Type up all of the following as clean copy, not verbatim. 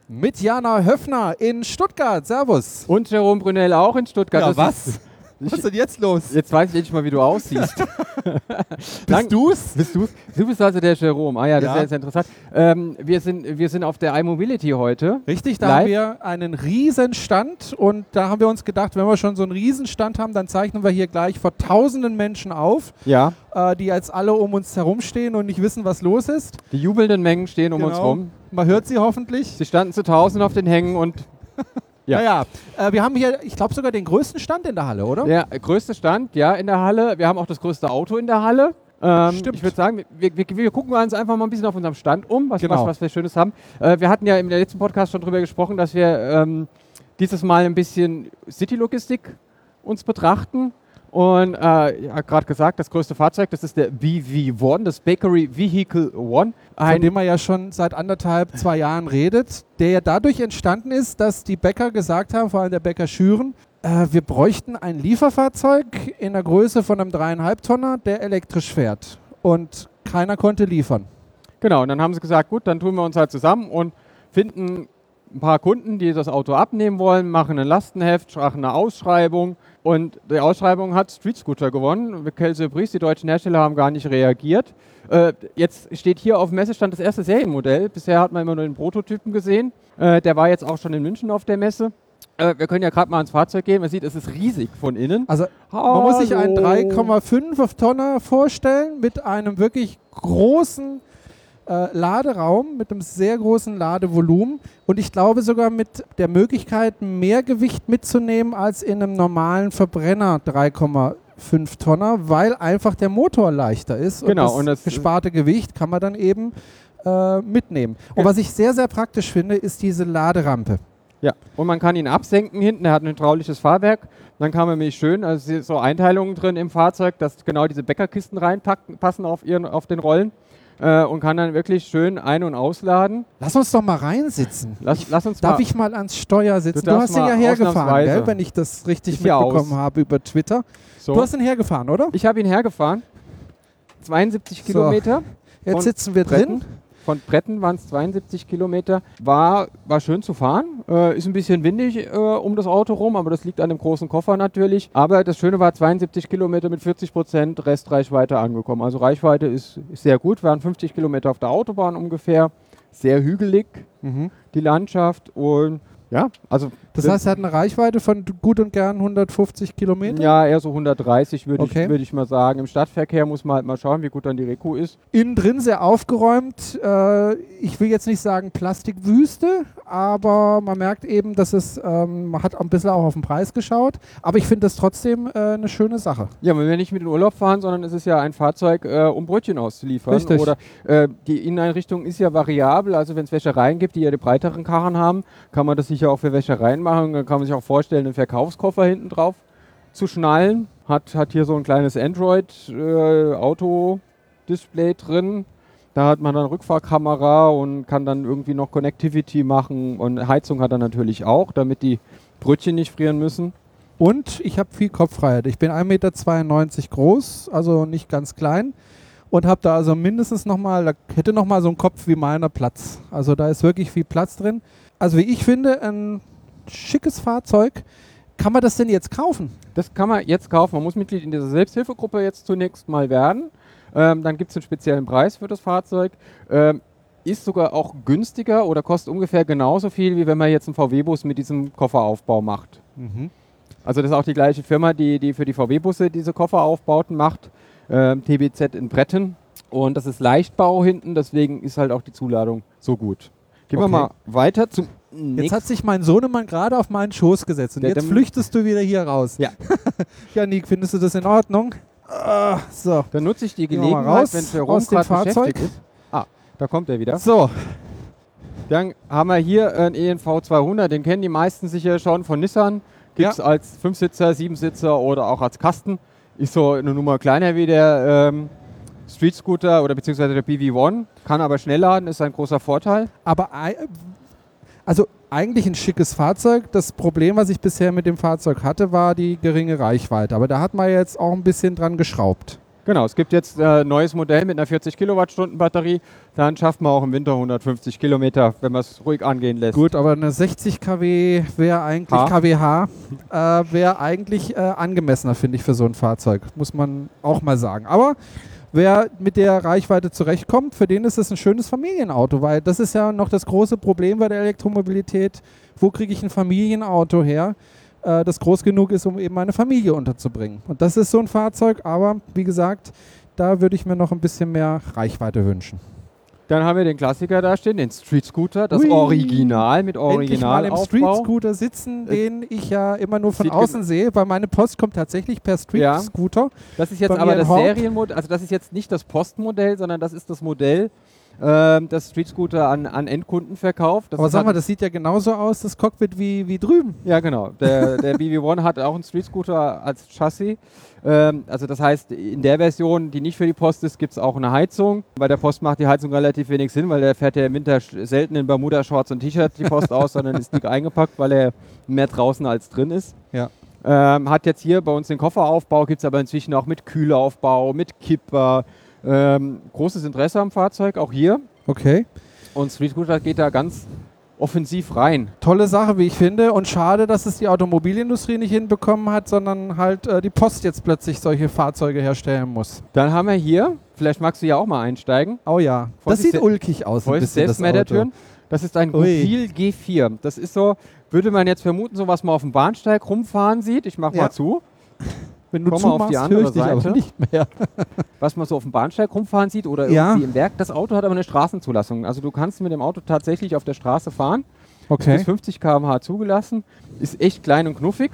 Mit Jana Höffner in Stuttgart. Servus. Und Jerome Brunel auch in Stuttgart. Ja, was ist denn jetzt los? Jetzt weiß ich endlich mal, wie du aussiehst. Bist du's? Bist du's? Du bist also der Jerome. Ah ja, das Ja. ist ja interessant. Wir sind auf der iMobility heute. Richtig, da Live. haben wir einen riesen Stand und da haben wir uns gedacht, wenn wir schon so einen riesen Stand haben, dann zeichnen wir hier gleich vor tausenden Menschen auf, Ja, die jetzt alle um uns herumstehen und nicht wissen, was los ist. die jubelnden Mengen stehen um uns Genau. rum. Man hört sie hoffentlich. Sie standen zu 1000 auf den Hängen und ja. Naja, wir haben hier, ich glaube, sogar den größten Stand in der Halle, oder? der größte Stand, ja, in der Halle. Wir haben auch das größte Auto in der Halle. Stimmt. Ich würde sagen, wir gucken uns einfach mal ein bisschen auf unserem Stand um, was wir Schönes haben. Wir hatten ja im letzten Podcast schon darüber gesprochen, dass wir dieses Mal ein bisschen City-Logistik uns betrachten. Und ich habe gerade gesagt, das größte Fahrzeug, das ist der BV1, das Bakery Vehicle One. Von dem man ja schon seit 2 Jahren redet, der ja dadurch entstanden ist, dass die Bäcker gesagt haben, vor allem der Bäcker Schüren, wir bräuchten ein Lieferfahrzeug in der Größe von einem 3,5 Tonner, der elektrisch fährt. Und keiner konnte liefern. Genau, und dann haben sie gesagt, gut, dann tun wir uns halt zusammen und finden ein paar Kunden, die das Auto abnehmen wollen, machen ein Lastenheft, machen eine Ausschreibung. Und die Ausschreibung hat Street Scooter gewonnen. Kelsey Bries, die deutschen Hersteller haben gar nicht reagiert. Jetzt steht hier auf dem Messestand das erste Serienmodell. Bisher hat man immer nur den Prototypen gesehen. Der war jetzt auch schon in München auf der Messe. Wir können ja gerade mal ins Fahrzeug gehen. Man sieht, es ist riesig von innen. Also man muss sich einen 3,5 Tonner vorstellen mit einem wirklich großen Laderaum, mit einem sehr großen Ladevolumen und ich glaube sogar mit der Möglichkeit, mehr Gewicht mitzunehmen als in einem normalen Verbrenner 3,5 Tonner, weil einfach der Motor leichter ist Genau, und das gesparte Gewicht kann man dann eben mitnehmen. Und was ich sehr, sehr praktisch finde, ist diese Laderampe. Ja, und man kann ihn absenken hinten, er hat ein hydraulisches Fahrwerk. Dann kann man nämlich schön, also es sind so Einteilungen drin im Fahrzeug, dass genau diese Bäckerkisten reinpassen auf den Rollen. Und kann dann wirklich schön ein- und ausladen. Lass uns doch mal reinsitzen. Darf ich mal ans Steuer sitzen? Du darfst hast den ja mal hergefahren, ausnahmsweise. gell, wenn ich das richtig Ist ja mitbekommen aus. habe über Twitter. So. Du hast ihn hergefahren, oder? Ich habe ihn hergefahren. 72 Kilometer. Jetzt von sitzen wir Bretten. drin. Von Bretten waren es 72 Kilometer. War schön zu fahren. Ist ein bisschen windig um das Auto rum, aber das liegt an dem großen Koffer natürlich. Aber das Schöne war, 72 Kilometer mit 40% Restreichweite angekommen. Also Reichweite ist sehr gut. Wir waren 50 Kilometer auf der Autobahn ungefähr. Sehr hügelig, die Landschaft. Und ja, also... Das heißt, er hat eine Reichweite von gut und gern 150 Kilometer? Ja, eher so 130 würde Okay. ich mal sagen. Im Stadtverkehr muss man halt mal schauen, wie gut dann die Reku ist. Innen drin sehr aufgeräumt. Ich will jetzt nicht sagen Plastikwüste, aber man merkt eben, dass es, man hat ein bisschen auch auf den Preis geschaut. Aber ich finde das trotzdem eine schöne Sache. Ja, wenn wir nicht mit in den Urlaub fahren, sondern es ist ja ein Fahrzeug, um Brötchen auszuliefern. Richtig. Oder die Inneneinrichtung ist ja variabel. Also wenn es Wäschereien gibt, die ja die breiteren Karren haben, kann man das sicher auch für Wäschereien machen. Dann kann man sich auch vorstellen, einen Verkaufskoffer hinten drauf zu schnallen. Hat hier so ein kleines Android-Auto-Display drin. Da hat man dann Rückfahrkamera und kann dann irgendwie noch Connectivity machen. Und Heizung hat er natürlich auch, damit die Brötchen nicht frieren müssen. Und ich habe viel Kopffreiheit. Ich bin 1,92 Meter groß, also nicht ganz klein. Und habe da also mindestens nochmal, hätte nochmal so einen Kopf wie meiner Platz. Also da ist wirklich viel Platz drin. Also wie ich finde, ein schickes Fahrzeug. Kann man das denn jetzt kaufen? Das kann man jetzt kaufen. Man muss Mitglied in dieser Selbsthilfegruppe jetzt zunächst mal werden. Dann gibt es einen speziellen Preis für das Fahrzeug. Ist sogar auch günstiger oder kostet ungefähr genauso viel, wie wenn man jetzt einen VW-Bus mit diesem Kofferaufbau macht. Also das ist auch die gleiche Firma, die für die VW-Busse diese Kofferaufbauten macht. TBZ in Bretten. Und das ist Leichtbau hinten, deswegen ist halt auch die Zuladung so gut. Gehen wir mal weiter zum nächsten. Jetzt hat sich mein Sohnemann gerade auf meinen Schoß gesetzt und jetzt flüchtest du wieder hier raus. Ja. Janik, findest du das in Ordnung? So. Dann nutze ich die Gehen wir mal Gelegenheit, raus wenn Jerome aus dem gerade Fahrzeug. beschäftigt ist. Ah, da kommt er wieder. So, Dann haben wir hier einen ENV 200, den kennen die meisten sicher schon von Nissan. Gibt es Ja. als 5-Sitzer, 7-Sitzer oder auch als Kasten. Ist so eine Nummer kleiner wie der Street Scooter oder beziehungsweise der BV1. Kann aber schnell laden, ist ein großer Vorteil. aber also eigentlich ein schickes Fahrzeug. Das Problem, was ich bisher mit dem Fahrzeug hatte, war die geringe Reichweite. Aber da hat man jetzt auch ein bisschen dran geschraubt. Genau, es gibt jetzt ein neues Modell mit einer 40 Kilowattstunden Batterie. Dann schafft man auch im Winter 150 Kilometer, wenn man es ruhig angehen lässt. Gut, aber eine 60 kW wäre eigentlich, kWh, wäre eigentlich angemessener, finde ich, für so ein Fahrzeug. Muss man auch mal sagen. Aber wer mit der Reichweite zurechtkommt, für den ist es ein schönes Familienauto, weil das ist ja noch das große Problem bei der Elektromobilität. Wo kriege ich ein Familienauto her, das groß genug ist, um eben meine Familie unterzubringen? Und das ist so ein Fahrzeug, aber wie gesagt, da würde ich mir noch ein bisschen mehr Reichweite wünschen. Dann haben wir den Klassiker da stehen, den Street Scooter, das Original mit Originalaufbau. Endlich mal im Street Scooter sitzen, den ich ja immer nur von außen sehe, weil meine Post kommt tatsächlich per Street Scooter. Das ist jetzt aber das Serienmodell, also das ist jetzt nicht das Postmodell, sondern das ist das Modell, das Street Scooter an Endkunden verkauft. Aber sag mal, das sieht ja genauso aus, das Cockpit wie drüben. Ja, genau. Der BV1 hat auch einen Street Scooter als Chassis. Also das heißt, in der Version, die nicht für die Post ist, gibt es auch eine Heizung. Bei der Post macht die Heizung relativ wenig Sinn, weil der fährt ja im Winter selten in Bermuda-Shorts und T-Shirt die Post aus, sondern ist dick eingepackt, weil er mehr draußen als drin ist. Ja. Hat jetzt hier bei uns den Kofferaufbau, gibt es aber inzwischen auch mit Kühlaufbau, mit Kipper. Großes Interesse am Fahrzeug, auch hier. Okay. Und Street Scooter geht da ganz offensiv rein. Tolle Sache, wie ich finde. Und schade, dass es die Automobilindustrie nicht hinbekommen hat, sondern halt die Post jetzt plötzlich solche Fahrzeuge herstellen muss. Dann haben wir hier, vielleicht magst du ja auch mal einsteigen. Oh ja, das sieht ulkig aus. Ein bisschen das Auto. Das ist ein Goupil G4. Das ist so, würde man jetzt vermuten, so was man auf dem Bahnsteig rumfahren sieht. Ich mach mal zu. Wenn du zumachst, auf die andere Seite, aber nicht mehr. Was man so auf dem Bahnsteig rumfahren sieht oder irgendwie im Werk. Das Auto hat aber eine Straßenzulassung. Also du kannst mit dem Auto tatsächlich auf der Straße fahren. Okay. Bis 50 km/h zugelassen. Ist echt klein und knuffig.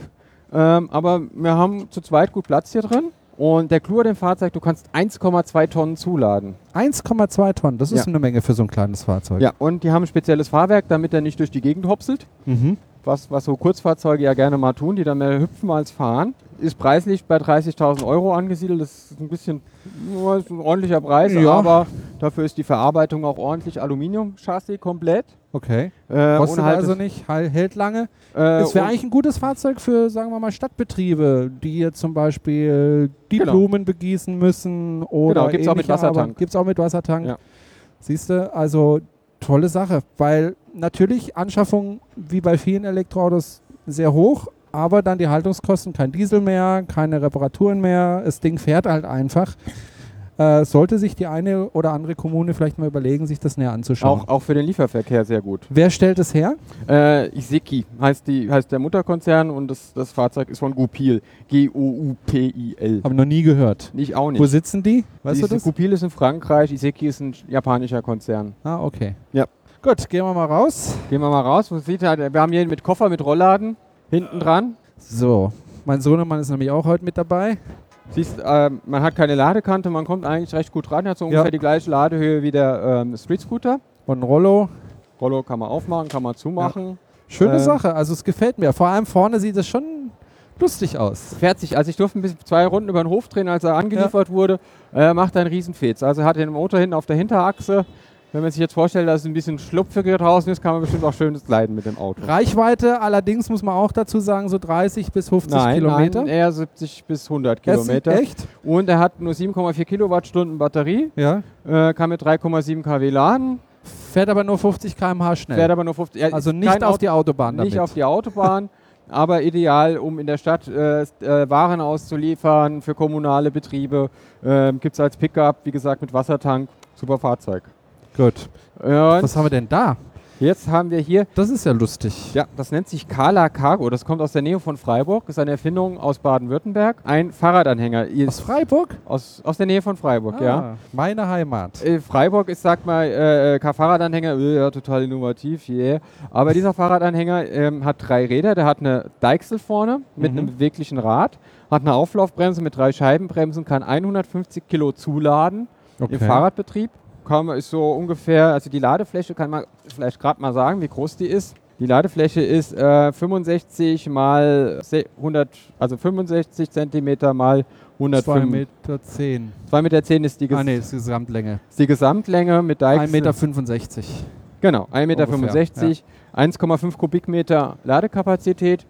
Aber wir haben zu zweit gut Platz hier drin. Und der Clou an dem Fahrzeug, du kannst 1,2 Tonnen zuladen. 1,2 Tonnen, das ist eine Menge für so ein kleines Fahrzeug. Ja, und die haben ein spezielles Fahrwerk, damit er nicht durch die Gegend hopselt. Mhm. Was so Kurzfahrzeuge ja gerne mal tun, die dann mehr hüpfen als fahren. Ist preislich bei 30.000 € angesiedelt. Das ist ein bisschen ist ein ordentlicher Preis, aber dafür ist die Verarbeitung auch ordentlich. Aluminium-Chassis komplett. Okay. Kostet halt also nicht, hält lange. Das wäre eigentlich ein gutes Fahrzeug für, sagen wir mal, Stadtbetriebe, die jetzt zum Beispiel die Blumen begießen müssen. Oder gibt es auch mit Wassertank. Gibt es auch mit Wassertank. Ja. Siehst du, also tolle Sache, weil natürlich Anschaffung wie bei vielen Elektroautos sehr hoch, aber dann die Haltungskosten, kein Diesel mehr, keine Reparaturen mehr, das Ding fährt halt einfach. Sollte sich die eine oder andere Kommune vielleicht mal überlegen, sich das näher anzuschauen. Auch für den Lieferverkehr sehr gut. Wer stellt es her? Iseki heißt der Mutterkonzern und das Fahrzeug ist von Goupil. G-O-U-P-I-L. Habe noch nie gehört. Ich auch nicht. Wo sitzen die? Weißt du das? Goupil ist in Frankreich, Iseki ist ein japanischer Konzern. Ah, okay. Ja. Gut, gehen wir mal raus. Wir haben hier mit Koffer mit Rollladen hinten dran. So, mein Sohnemann ist nämlich auch heute mit dabei. Siehst, man hat keine Ladekante, man kommt eigentlich recht gut ran, hat so ungefähr die gleiche Ladehöhe wie der Street Scooter. Und ein Rollo. Rollo kann man aufmachen, kann man zumachen. Ja. Schöne Sache, also es gefällt mir. Vor allem vorne sieht es schon lustig aus. Fährt sich, also ich durfte ein bisschen 2 Runden über den Hof drehen, als er angeliefert wurde. Macht einen Riesenfetz. Also hat den Motor hinten auf der Hinterachse. Wenn man sich jetzt vorstellt, dass es ein bisschen schlupfiger draußen ist, kann man bestimmt auch schönes leiden mit dem Auto. Reichweite allerdings muss man auch dazu sagen, so 30 bis 50 Kilometer? Nein, eher 70 bis 100 Kilometer. Echt? Und er hat nur 7,4 Kilowattstunden Batterie. Ja. Kann mit 3,7 kW laden. Fährt aber nur 50 km/h schnell. Fährt aber nur 50, also nicht auf die Autobahn damit. Nicht auf die Autobahn, aber ideal, um in der Stadt Waren auszuliefern für kommunale Betriebe. Gibt es als Pickup, wie gesagt, mit Wassertank. Super Fahrzeug. Gut. Was haben wir denn da? Jetzt haben wir hier... Das ist ja lustig. Ja, das nennt sich Kala Cargo. Das kommt aus der Nähe von Freiburg. Das ist eine Erfindung aus Baden-Württemberg. Ein Fahrradanhänger. Aus Freiburg? Aus der Nähe von Freiburg, ja. Meine Heimat. Freiburg ist, sagt mal, kein Fahrradanhänger. Ja, total innovativ, yeah. Aber dieser Fahrradanhänger hat 3 Räder. Der hat eine Deichsel vorne mit einem beweglichen Rad. Hat eine Auflaufbremse mit 3 Scheibenbremsen. Kann 150 Kilo zuladen im Fahrradbetrieb. Ist so ungefähr, also die Ladefläche kann man vielleicht gerade mal sagen, wie groß die ist. Die Ladefläche ist 65 mal 100, also 65 Zentimeter mal 105. 2,10 Meter. 2,10 Meter ist die ist die Gesamtlänge. Ist die Gesamtlänge mit Deichsel. 1,65 Meter. Genau, 1,65 Meter, 1,5 Kubikmeter Ladekapazität.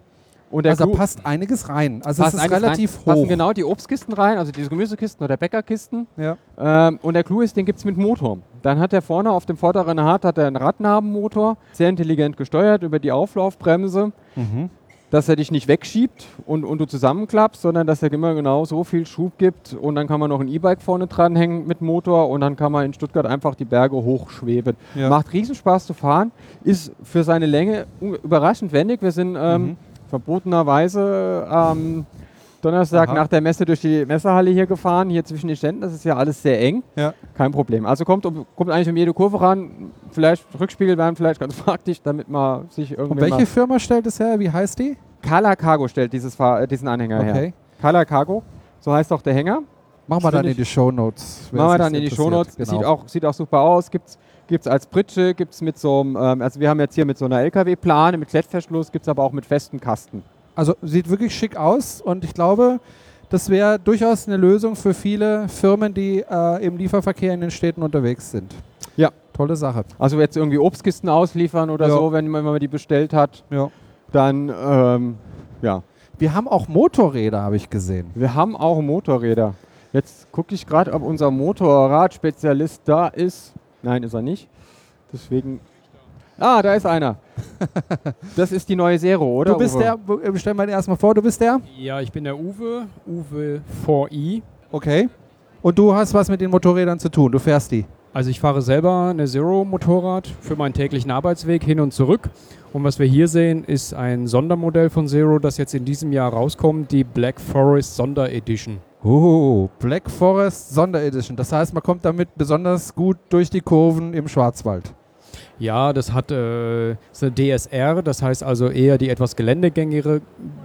Und der Also da Clou- passt einiges rein. Also es passt ist einiges relativ rein. Passen hoch. genau die Obstkisten rein, also diese Gemüsekisten oder Bäckerkisten. Ja. Und der Clou ist, den gibt es mit Motor. Dann hat er vorne auf dem vorderen Rad einen Radnabenmotor, sehr intelligent gesteuert über die Auflaufbremse, dass er dich nicht wegschiebt und du zusammenklappst, sondern dass er immer genau so viel Schub gibt. Und dann kann man noch ein E-Bike vorne dranhängen mit Motor und dann kann man in Stuttgart einfach die Berge hochschweben. Ja. Macht Riesenspaß zu fahren, ist für seine Länge überraschend wendig. Wir sind verbotenerweise Donnerstag nach der Messe durch die Messehalle hier gefahren, hier zwischen den Ständen. Das ist ja alles sehr eng. Ja. Kein Problem. Also kommt eigentlich um jede Kurve ran. Vielleicht Rückspiegel wären vielleicht ganz praktisch, damit man sich irgendwie. Und welche Firma stellt es her? Wie heißt die? Kala Cargo stellt diesen Anhänger her. Kala Cargo, so heißt auch der Hänger. Machen wir dann in die Shownotes. Machen wir dann in die Shownotes. Genau. Sieht auch super aus. Gibt's als Pritsche, gibt's mit so einem, also wir haben jetzt hier mit so einer LKW-Plane, mit Klettverschluss, gibt's aber auch mit festem Kasten. Also sieht wirklich schick aus und ich glaube, das wäre durchaus eine Lösung für viele Firmen, die im Lieferverkehr in den Städten unterwegs sind. Ja. Tolle Sache. Also jetzt irgendwie Obstkisten ausliefern oder so, wenn man die bestellt hat, dann ja. Wir haben auch Motorräder, habe ich gesehen. Wir haben auch Motorräder. Jetzt gucke ich gerade, ob unser Motorradspezialist da ist. Nein, ist er nicht. Deswegen. Ah, da ist einer. Das ist die neue Zero, oder? Du bist Uwe? der, stell mal erstmal vor, du bist der? Ja, ich bin der Uwe 4i. Okay. Und du hast was mit den Motorrädern zu tun, du fährst die. Also ich fahre selber eine Zero-Motorrad für meinen täglichen Arbeitsweg hin und zurück. Und was wir hier sehen, ist ein Sondermodell von Zero, das jetzt in diesem Jahr rauskommt, die Black Forest Sonderedition. Black Forest Sonderedition. Das heißt, man kommt damit besonders gut durch die Kurven im Schwarzwald. Ja, das ist eine DSR, das heißt also eher die etwas geländegängige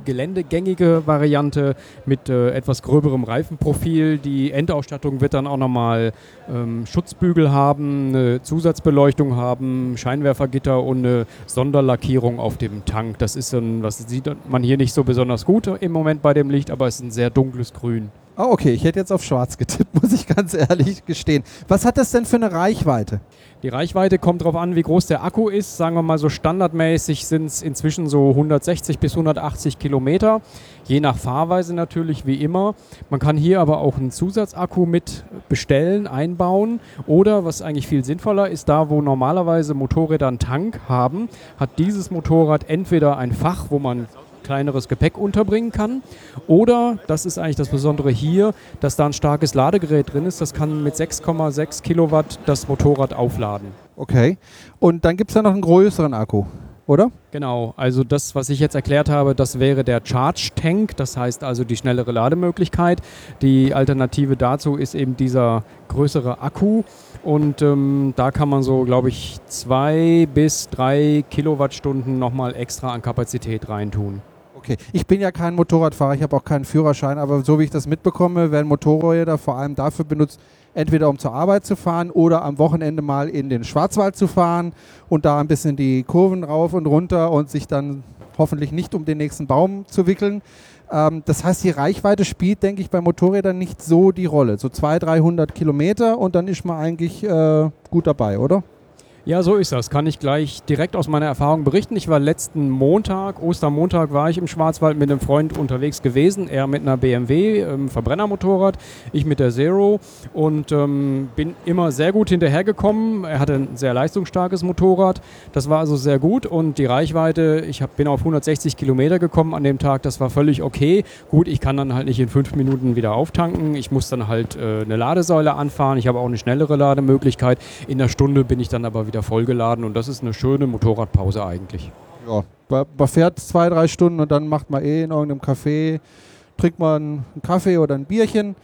Variante mit etwas gröberem Reifenprofil. Die Endausstattung wird dann auch nochmal Schutzbügel haben, eine Zusatzbeleuchtung haben, Scheinwerfergitter und eine Sonderlackierung auf dem Tank. Das ist was sieht man hier nicht so besonders gut im Moment bei dem Licht, aber es ist ein sehr dunkles Grün. Ah, okay, ich hätte jetzt auf schwarz getippt, muss ich ganz ehrlich gestehen. Was hat das denn für eine Reichweite? Die Reichweite kommt darauf an, wie groß der Akku ist. Sagen wir mal so standardmäßig sind es inzwischen so 160 bis 180 Kilometer. Je nach Fahrweise natürlich, wie immer. Man kann hier aber auch einen Zusatzakku mit bestellen, einbauen. Oder, was eigentlich viel sinnvoller ist, da wo normalerweise Motorräder einen Tank haben, hat dieses Motorrad entweder ein Fach, wo man kleineres Gepäck unterbringen kann. Oder, das ist eigentlich das Besondere hier, dass da ein starkes Ladegerät drin ist. Das kann mit 6,6 Kilowatt das Motorrad aufladen. Okay. Und dann gibt es ja noch einen größeren Akku, oder? Genau, also das, was ich jetzt erklärt habe, das wäre der Charge Tank, das heißt also die schnellere Lademöglichkeit. Die Alternative dazu ist eben dieser größere Akku und da kann man so, glaube ich, 2 bis 3 Kilowattstunden nochmal extra an Kapazität reintun. Okay, ich bin ja kein Motorradfahrer, ich habe auch keinen Führerschein, aber so wie ich das mitbekomme, werden Motorräder vor allem dafür benutzt, entweder um zur Arbeit zu fahren oder am Wochenende mal in den Schwarzwald zu fahren und da ein bisschen die Kurven rauf und runter und sich dann hoffentlich nicht um den nächsten Baum zu wickeln. Das heißt, die Reichweite spielt, denke ich, bei Motorrädern nicht so die Rolle. So 200-300 Kilometer und dann ist man eigentlich gut dabei, oder? Ja, so ist das. Kann ich gleich direkt aus meiner Erfahrung berichten. Ich war letzten Montag, Ostermontag, war ich im Schwarzwald mit einem Freund unterwegs gewesen. Er mit einer BMW, Verbrennermotorrad, ich mit der Zero und bin immer sehr gut hinterhergekommen. Er hatte ein sehr leistungsstarkes Motorrad. Das war also sehr gut und die Reichweite, bin auf 160 Kilometer gekommen an dem Tag. Das war völlig okay. Gut, ich kann dann halt nicht in 5 Minuten wieder auftanken. Ich muss dann halt eine Ladesäule anfahren. Ich habe auch eine schnellere Lademöglichkeit. In einer Stunde bin ich dann aber wieder vollgeladen und das ist eine schöne Motorradpause eigentlich. Ja, man fährt 2-3 Stunden und dann macht man in irgendeinem Café, trinkt man einen Kaffee oder ein Bierchen,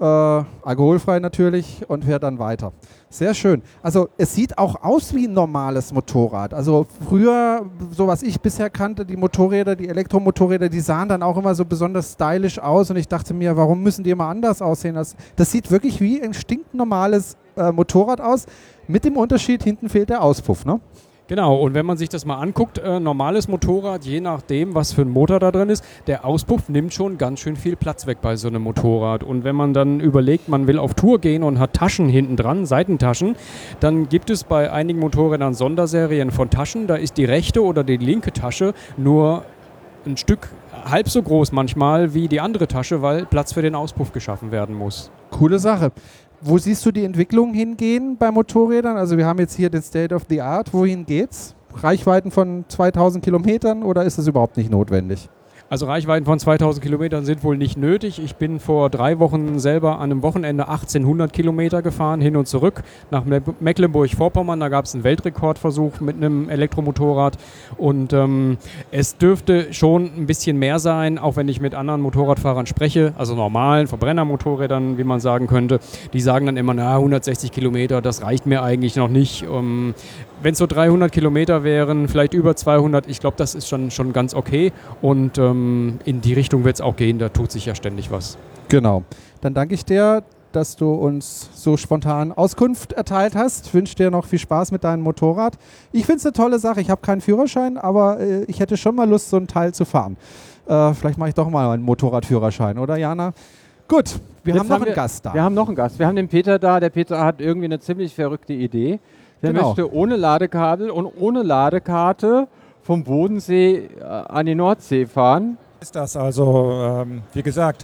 alkoholfrei natürlich und fährt dann weiter. Sehr schön. Also es sieht auch aus wie ein normales Motorrad. Also früher, so was ich bisher kannte, die Motorräder, die Elektromotorräder, die sahen dann auch immer so besonders stylisch aus und ich dachte mir, warum müssen die immer anders aussehen? Das sieht wirklich wie ein stinknormales Motorrad aus, mit dem Unterschied, hinten fehlt der Auspuff, ne? Genau, und wenn man sich das mal anguckt, normales Motorrad, je nachdem, was für ein Motor da drin ist, der Auspuff nimmt schon ganz schön viel Platz weg bei so einem Motorrad. Und wenn man dann überlegt, man will auf Tour gehen und hat Taschen hinten dran, Seitentaschen, dann gibt es bei einigen Motorrädern Sonderserien von Taschen, da ist die rechte oder die linke Tasche nur ein Stück halb so groß manchmal wie die andere Tasche, weil Platz für den Auspuff geschaffen werden muss. Coole Sache. Wo siehst du die Entwicklung hingehen bei Motorrädern? Also wir haben jetzt hier den State of the Art. Wohin geht's? Reichweiten von 2000 Kilometern oder ist das überhaupt nicht notwendig? Also Reichweiten von 2000 Kilometern sind wohl nicht nötig. Ich bin vor 3 Wochen selber an einem Wochenende 1800 Kilometer gefahren, hin und zurück nach Mecklenburg-Vorpommern. Da gab es einen Weltrekordversuch mit einem Elektromotorrad. Und es dürfte schon ein bisschen mehr sein, auch wenn ich mit anderen Motorradfahrern spreche, also normalen Verbrennermotorrädern, wie man sagen könnte. Die sagen dann immer, 160 Kilometer, das reicht mir eigentlich noch nicht. Wenn es so 300 Kilometer wären, vielleicht über 200, ich glaube, das ist schon ganz okay. Und in die Richtung wird es auch gehen, da tut sich ja ständig was. Genau. Dann danke ich dir, dass du uns so spontan Auskunft erteilt hast. Ich wünsche dir noch viel Spaß mit deinem Motorrad. Ich finde es eine tolle Sache. Ich habe keinen Führerschein, aber ich hätte schon mal Lust, so ein Teil zu fahren. Vielleicht mache ich doch mal einen Motorradführerschein, oder Jana? Gut, wir haben noch einen Gast da. Wir haben noch einen Gast. Wir haben den Peter da. Der Peter hat irgendwie eine ziemlich verrückte Idee. Der möchte ohne Ladekabel und ohne Ladekarte vom Bodensee an die Nordsee fahren. Ist das also, wie gesagt,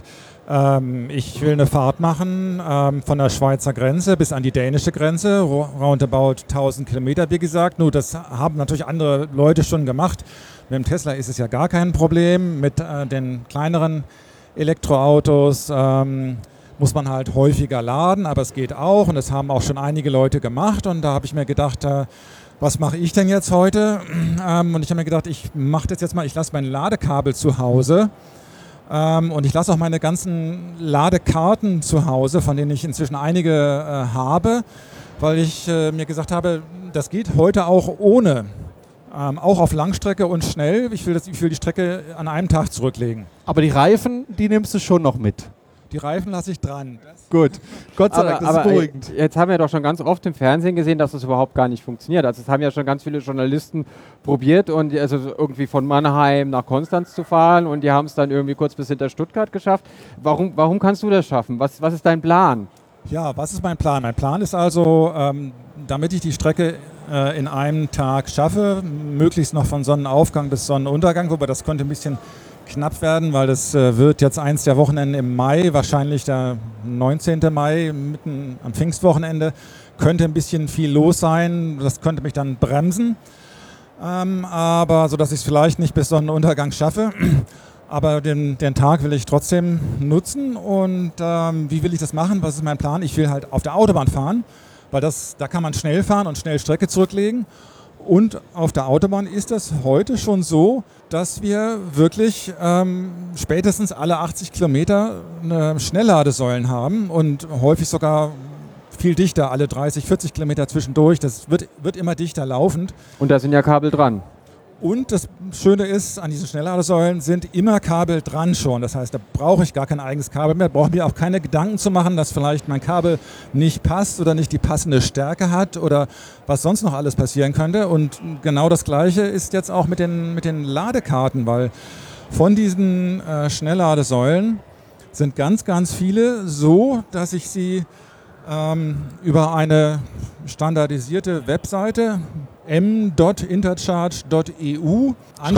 ich will eine Fahrt machen von der Schweizer Grenze bis an die dänische Grenze, roundabout 1000 Kilometer, wie gesagt. Nur das haben natürlich andere Leute schon gemacht. Mit dem Tesla ist es ja gar kein Problem. Mit den kleineren Elektroautos muss man halt häufiger laden, aber es geht auch und das haben auch schon einige Leute gemacht und da habe ich mir gedacht, was mache ich denn jetzt heute? Und ich habe mir gedacht, ich mache das jetzt mal, ich lasse mein Ladekabel zu Hause und ich lasse auch meine ganzen Ladekarten zu Hause, von denen ich inzwischen einige habe, weil ich mir gesagt habe, das geht heute auch ohne, auch auf Langstrecke und schnell. Ich will die Strecke an einem Tag zurücklegen. Aber die Reifen, die nimmst du schon noch mit. Die Reifen lasse ich dran. Gut, Gott sei Dank, das ist beruhigend. Jetzt haben wir doch schon ganz oft im Fernsehen gesehen, dass das überhaupt gar nicht funktioniert. Also es haben ja schon ganz viele Journalisten probiert, und also irgendwie von Mannheim nach Konstanz zu fahren, und die haben es dann irgendwie kurz bis hinter Stuttgart geschafft. Warum kannst du das schaffen? Was ist dein Plan? Ja, was ist mein Plan? Mein Plan ist also, damit ich die Strecke in einem Tag schaffe, möglichst noch von Sonnenaufgang bis Sonnenuntergang, wobei das könnte ein bisschen knapp werden, weil das wird jetzt eins der Wochenenden im Mai, wahrscheinlich der 19. Mai, mitten am Pfingstwochenende, könnte ein bisschen viel los sein, das könnte mich dann bremsen, aber so dass ich es vielleicht nicht bis Sonnenuntergang schaffe, aber den Tag will ich trotzdem nutzen. Und wie will ich das machen? Was ist mein Plan? Ich will halt auf der Autobahn fahren, weil da kann man schnell fahren und schnell Strecke zurücklegen. Und auf der Autobahn ist das heute schon so, dass wir wirklich spätestens alle 80 Kilometer Schnellladesäulen haben und häufig sogar viel dichter, alle 30, 40 Kilometer zwischendurch. Das wird immer dichter laufend. Und da sind ja Kabel dran. Und das Schöne ist, an diesen Schnellladesäulen sind immer Kabel dran schon. Das heißt, da brauche ich gar kein eigenes Kabel mehr. Brauche mir auch keine Gedanken zu machen, dass vielleicht mein Kabel nicht passt oder nicht die passende Stärke hat oder was sonst noch alles passieren könnte. Und genau das Gleiche ist jetzt auch mit den Ladekarten, weil von diesen Schnellladesäulen sind ganz, ganz viele so, dass ich sie über eine standardisierte Webseite m.intercharge.eu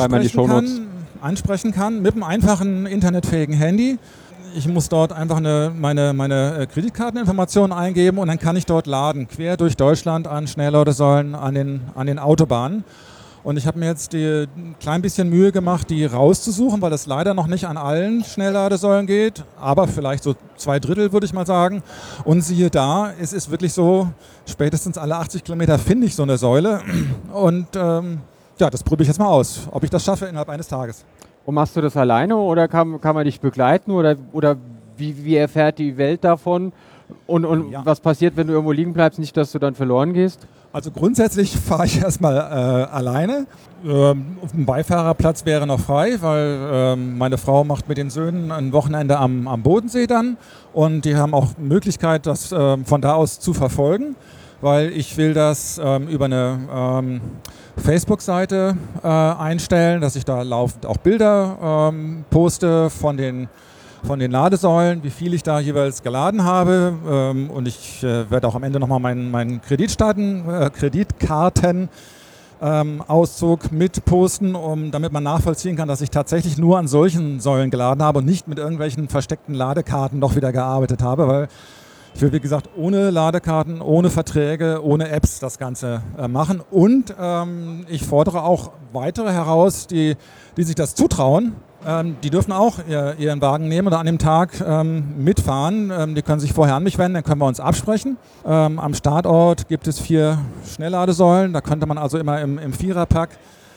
ansprechen kann mit einem einfachen internetfähigen Handy. Ich muss dort einfach meine Kreditkarteninformationen eingeben und dann kann ich dort laden, quer durch Deutschland an Schnellladesäulen an den Autobahnen. Und ich habe mir jetzt ein klein bisschen Mühe gemacht, die rauszusuchen, weil das leider noch nicht an allen Schnellladesäulen geht, aber vielleicht so 2/3 würde ich mal sagen. Und siehe da, es ist wirklich so, spätestens alle 80 Kilometer finde ich so eine Säule. Und das probiere ich jetzt mal aus, ob ich das schaffe innerhalb eines Tages. Und machst du das alleine oder kann man dich begleiten oder wie erfährt die Welt davon? Und ja. Was passiert, wenn du irgendwo liegen bleibst, nicht, dass du dann verloren gehst? Also grundsätzlich fahre ich erstmal alleine. Auf dem Beifahrerplatz wäre noch frei, weil meine Frau macht mit den Söhnen ein Wochenende am Bodensee dann. Und die haben auch Möglichkeit, das von da aus zu verfolgen, weil ich will das über eine Facebook-Seite einstellen, dass ich da laufend auch Bilder poste von den Ladesäulen, wie viel ich da jeweils geladen habe. Und ich werde auch am Ende nochmal meinen Kreditkartenbetrag Auszug mit posten, damit man nachvollziehen kann, dass ich tatsächlich nur an solchen Säulen geladen habe und nicht mit irgendwelchen versteckten Ladekarten doch wieder gearbeitet habe, weil ich will, wie gesagt, ohne Ladekarten, ohne Verträge, ohne Apps das Ganze machen. Und ich fordere auch weitere heraus, die sich das zutrauen. Die dürfen auch ihren Wagen nehmen oder an dem Tag mitfahren. Die können sich vorher an mich wenden, dann können wir uns absprechen. Am Startort gibt es 4 Schnellladesäulen. Da könnte man also immer im Viererpack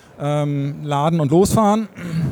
laden und losfahren.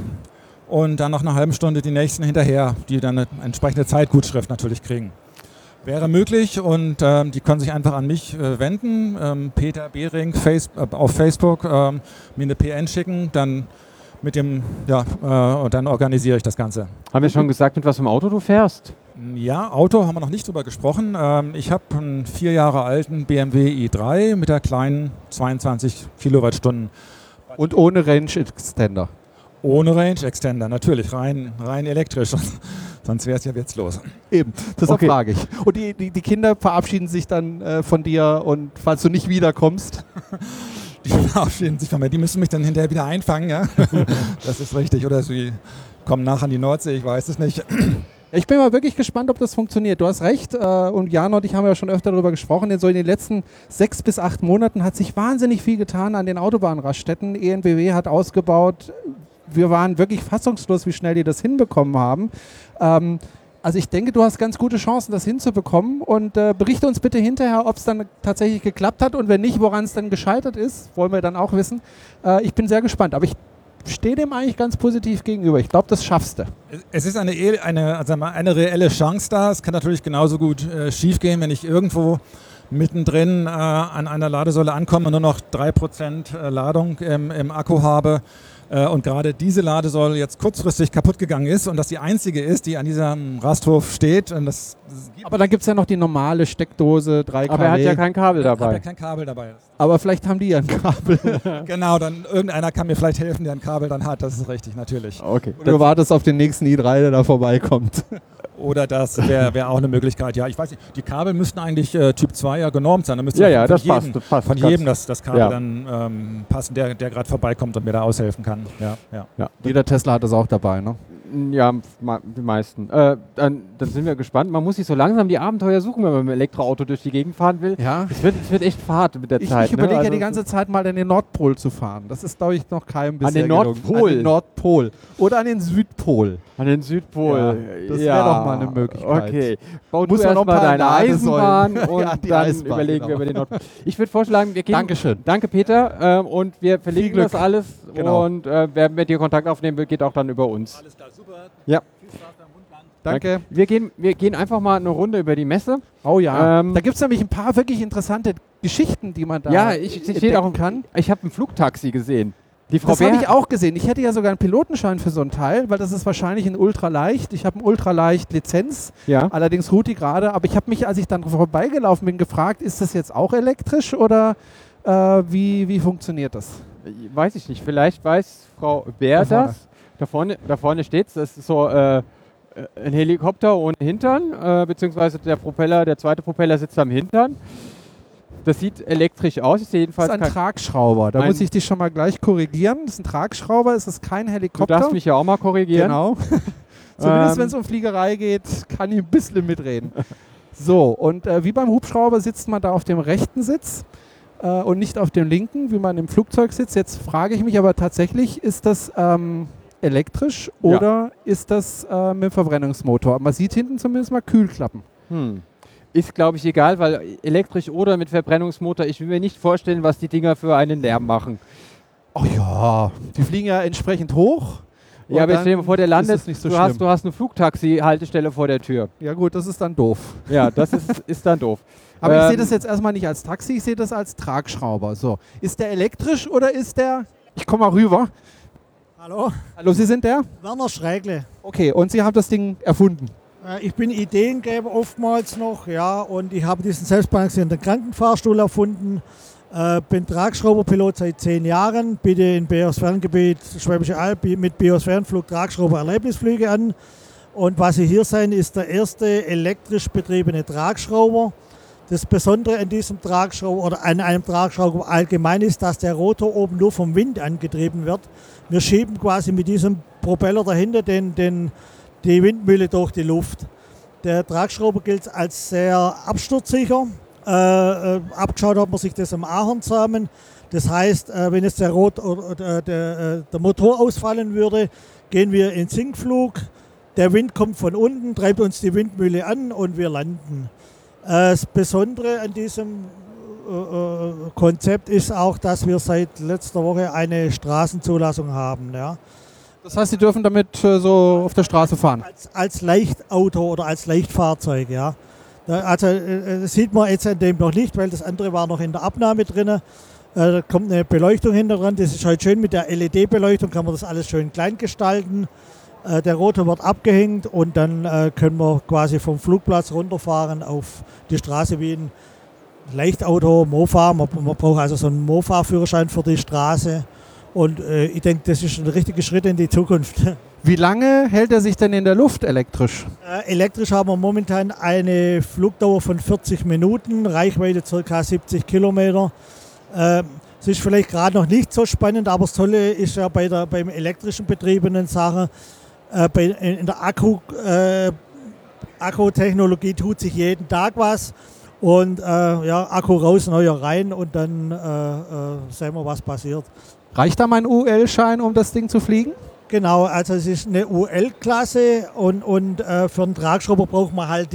Und dann nach einer halben Stunde die nächsten hinterher, die dann eine entsprechende Zeitgutschrift natürlich kriegen. Wäre möglich und die können sich einfach an mich wenden. Peter Behring auf Facebook mir eine PN schicken, dann mit dem, und dann organisiere ich das Ganze. Haben wir schon gesagt, mit was für einem Auto du fährst? Ja, Auto haben wir noch nicht drüber gesprochen. Ich habe einen 4 Jahre alten BMW i3 mit der kleinen 22 Kilowattstunden. Und ohne Range Extender. Ohne Range Extender, natürlich, rein elektrisch. Sonst wäre es ja witzlos. Eben, deshalb frage ich. Und die Kinder verabschieden sich dann von dir und falls du nicht wiederkommst. Die verabschieden sich von mir. Die müssen mich dann hinterher wieder einfangen, ja. Das ist richtig. Oder sie kommen nach an die Nordsee, ich weiß es nicht. Ich bin mal wirklich gespannt, ob das funktioniert. Du hast recht, und Jan und ich haben ja schon öfter darüber gesprochen, so in den letzten 6 bis 8 Monaten hat sich wahnsinnig viel getan an den Autobahnraststätten. EnBW hat ausgebaut. Wir waren wirklich fassungslos, wie schnell die das hinbekommen haben. Also ich denke, du hast ganz gute Chancen, das hinzubekommen und berichte uns bitte hinterher, ob es dann tatsächlich geklappt hat und wenn nicht, woran es dann gescheitert ist, wollen wir dann auch wissen. Ich bin sehr gespannt, aber ich stehe dem eigentlich ganz positiv gegenüber. Ich glaube, das schaffst du. Es ist eine reelle Chance da. Es kann natürlich genauso gut schief gehen, wenn ich irgendwo mittendrin an einer Ladesäule ankomme und nur noch 3% Ladung im Akku habe. Und gerade diese Ladesäule jetzt kurzfristig kaputt gegangen ist und das die einzige ist, die an diesem Rasthof steht. Und aber dann gibt es ja noch die normale Steckdose, 3 kW. Aber er hat ja kein Kabel dabei. Hat ja kein Kabel dabei. Aber vielleicht haben die ja ein Kabel. Genau, dann irgendeiner kann mir vielleicht helfen, der ein Kabel dann hat. Das ist richtig, natürlich. Okay. Und du wartest auf den nächsten i3, der da vorbeikommt. Oder das wäre auch eine Möglichkeit. Ja, ich weiß nicht, die Kabel müssten eigentlich Typ 2 ja genormt sein. Da müsste das passt. Von jedem das Kabel dann passen, der gerade vorbeikommt und mir da aushelfen kann. Ja. Jeder Tesla hat das auch dabei, ne? Ja, die meisten. Dann sind wir gespannt. Man muss sich so langsam die Abenteuer suchen, wenn man mit dem Elektroauto durch die Gegend fahren will. Ja. Es wird echt Fahrt mit der Zeit. Ich überlege ja die ganze Zeit mal an den Nordpol zu fahren. Das ist, glaube ich, noch keinem bisher An den Nordpol? An den Nordpol. Oder an den Südpol. An den Südpol. Ja, das wäre doch mal eine Möglichkeit. Okay. Bau Muss du man erst noch mal deine Ladesäulen. Eisenbahn und Ja, die dann Eisenbahn, überlegen wir genau. über den Nordpol. Ich würde vorschlagen, wir gehen. Dankeschön. Danke, Peter. Und wir verlinken Glück. das alles. Genau. Und wer mit dir Kontakt aufnehmen will, geht auch dann über uns. Alles klar, super. Ja. Viel Spaß beim Rundgang. Danke. Wir gehen einfach mal eine Runde über die Messe. Oh ja. Ähm, Da gibt es nämlich ein paar wirklich interessante Geschichten, die man da ich entdecken auch kann. Ich habe ein Flugtaxi gesehen. Die Frau Das habe Bär, ich auch gesehen. Ich hätte ja sogar einen Pilotenschein für so ein Teil, weil das ist wahrscheinlich ein Ultraleicht. Ich habe eine Ultraleicht-Lizenz, Ja. allerdings ruht die gerade. Aber ich habe mich, als ich dann vorbeigelaufen bin, gefragt, ist das jetzt auch elektrisch oder wie funktioniert das? Weiß ich nicht. Vielleicht weiß Frau Bär Da vorne. das. Da vorne steht's. Das ist so ein Helikopter ohne Hintern, beziehungsweise der zweite Propeller sitzt am Hintern. Das sieht elektrisch aus. Ich sehe Das jedenfalls ist ein Tragschrauber. Da muss ich dich schon mal gleich korrigieren. Das ist ein Tragschrauber, es ist kein Du Helikopter. darfst mich ja auch mal korrigieren. Genau. Zumindest wenn es um Fliegerei geht, kann ich ein bisschen mitreden. So, und wie beim Hubschrauber sitzt man da auf dem rechten Sitz und nicht auf dem linken, wie man im Flugzeug sitzt. Jetzt frage ich mich aber tatsächlich, ist das elektrisch oder ist das mit dem Verbrennungsmotor? Man sieht hinten zumindest mal Kühlklappen. Ist, glaube ich, egal, weil elektrisch oder mit Verbrennungsmotor, ich will mir nicht vorstellen, was die Dinger für einen Lärm machen. Oh ja, die fliegen ja entsprechend hoch. Ja, aber stell dir mal vor, der landet, ist es nicht so du schlimm. hast eine Flugtaxi-Haltestelle vor der Tür. Ja gut, das ist dann doof. Ja, das ist dann doof. Aber ich sehe das jetzt erstmal nicht als Taxi, ich sehe das als Tragschrauber. So, ist der elektrisch oder ist der... Ich komme mal rüber. Hallo, Hallo, Sie sind der? Werner Schrägle. Okay, und Sie haben das Ding erfunden. Ich bin Ideengeber oftmals noch, ja, und ich habe diesen selbstbalancierenden Krankenfahrstuhl erfunden. Bin Tragschrauberpilot seit 10 Jahren, biete in Biosphärengebiet Schwäbische Alb mit Biosphärenflug Tragschrauber-Erlebnisflüge an. Und was Sie hier sehen, ist der erste elektrisch betriebene Tragschrauber. Das Besondere an diesem Tragschrauber oder an einem Tragschrauber allgemein ist, dass der Rotor oben nur vom Wind angetrieben wird. Wir schieben quasi mit diesem Propeller dahinter die Windmühle durch die Luft. Der Tragschrauber gilt als sehr absturzsicher. Abgeschaut hat man sich das am Ahornsamen. Das heißt, wenn jetzt der Motor ausfallen würde, gehen wir in Sinkflug. Der Wind kommt von unten, treibt uns die Windmühle an und wir landen. Das Besondere an diesem Konzept ist auch, dass wir seit letzter Woche eine Straßenzulassung haben. Ja. Das heißt, Sie dürfen damit so auf der Straße fahren? Als Leichtauto oder als Leichtfahrzeug, ja. Das sieht man jetzt an dem noch nicht, weil das andere war noch in der Abnahme drin. Da kommt eine Beleuchtung hinter dran. Das ist halt schön mit der LED-Beleuchtung, kann man das alles schön klein gestalten. Der Rotor wird abgehängt und dann können wir quasi vom Flugplatz runterfahren auf die Straße wie ein Leichtauto, Mofa. Man braucht also so einen Mofa-Führerschein für die Straße. Und ich denke, das ist ein richtiger Schritt in die Zukunft. Wie lange hält er sich denn in der Luft elektrisch? Elektrisch haben wir momentan eine Flugdauer von 40 Minuten, Reichweite ca. 70 Kilometer. Es ist vielleicht gerade noch nicht so spannend, aber das Tolle ist ja beim elektrischen betriebenen Sachen, in der Akkutechnologie tut sich jeden Tag was. Und Akku raus, neuer rein und dann sehen wir, was passiert. Reicht da mein UL-Schein, um das Ding zu fliegen? Genau, also es ist eine UL-Klasse und für einen Tragschrauber braucht man halt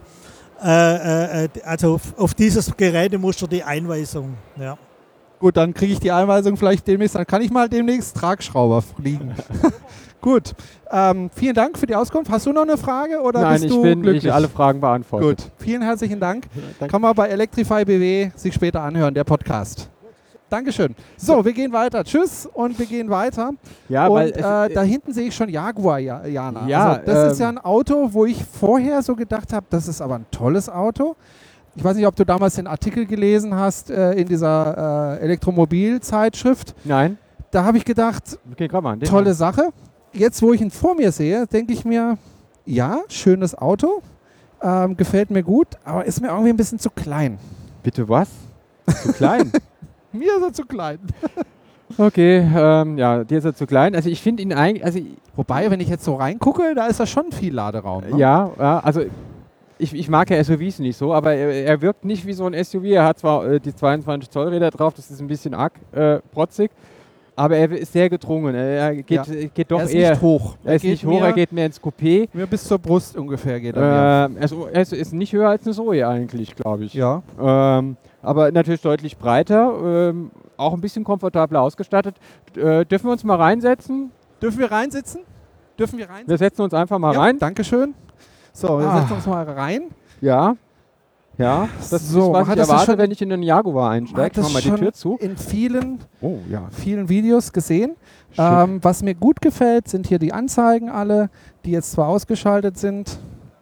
also auf dieses Gerätemuster die Einweisung. Ja. Gut, dann kriege ich die Einweisung vielleicht demnächst, dann kann ich mal demnächst Tragschrauber fliegen. Gut, vielen Dank für die Auskunft. Hast du noch eine Frage oder Nein, bist du glücklich? Ich alle Fragen beantwortet. Gut, vielen herzlichen Dank. Kann man bei Electrify BW sich später anhören, der Podcast. Dankeschön. So, wir gehen weiter. Tschüss und wir gehen weiter. Ja, und weil da hinten sehe ich schon Jaguar, Jana. Ja, also, das ist ja ein Auto, wo ich vorher so gedacht habe, das ist aber ein tolles Auto. Ich weiß nicht, ob du damals den Artikel gelesen hast in dieser Elektromobil-Zeitschrift. Nein. Da habe ich gedacht, Okay, komm mal, tolle Sache. Jetzt, wo ich ihn vor mir sehe, denke ich mir, ja, schönes Auto, gefällt mir gut, aber ist mir irgendwie ein bisschen zu klein. Bitte was? Zu klein? Mir ist er zu klein. Okay, ja, dir ist er zu klein. Also ich finde ihn eigentlich, also Wobei, wenn ich jetzt so reingucke, da ist da schon viel Laderaum. Ne? ja, also ich mag ja SUVs nicht so, aber er wirkt nicht wie so ein SUV. Er hat zwar die 22 Zoll Räder drauf, das ist ein bisschen arg protzig, aber er ist sehr gedrungen. Er geht doch er ist eher nicht hoch. Er ist nicht hoch, er geht mehr ins Coupé. Mir bis zur Brust ungefähr geht er mehr. Er ist nicht höher als eine Zoe eigentlich, glaube ich. Ja. Aber natürlich deutlich breiter, auch ein bisschen komfortabler ausgestattet. Dürfen wir uns mal reinsetzen? Dürfen wir reinsitzen? Dürfen wir reinsitzen? Wir setzen uns einfach mal Ja, rein. Dankeschön. So, wir setzen uns mal rein. Ja. Ja, das So, ist, was ich hat das erwarte, schon- wenn ich in den Jaguar einsteige. Mach mal die Tür zu. in vielen Oh, ja. Videos gesehen. Was mir gut gefällt, sind hier die Anzeigen alle, die jetzt zwar ausgeschaltet sind.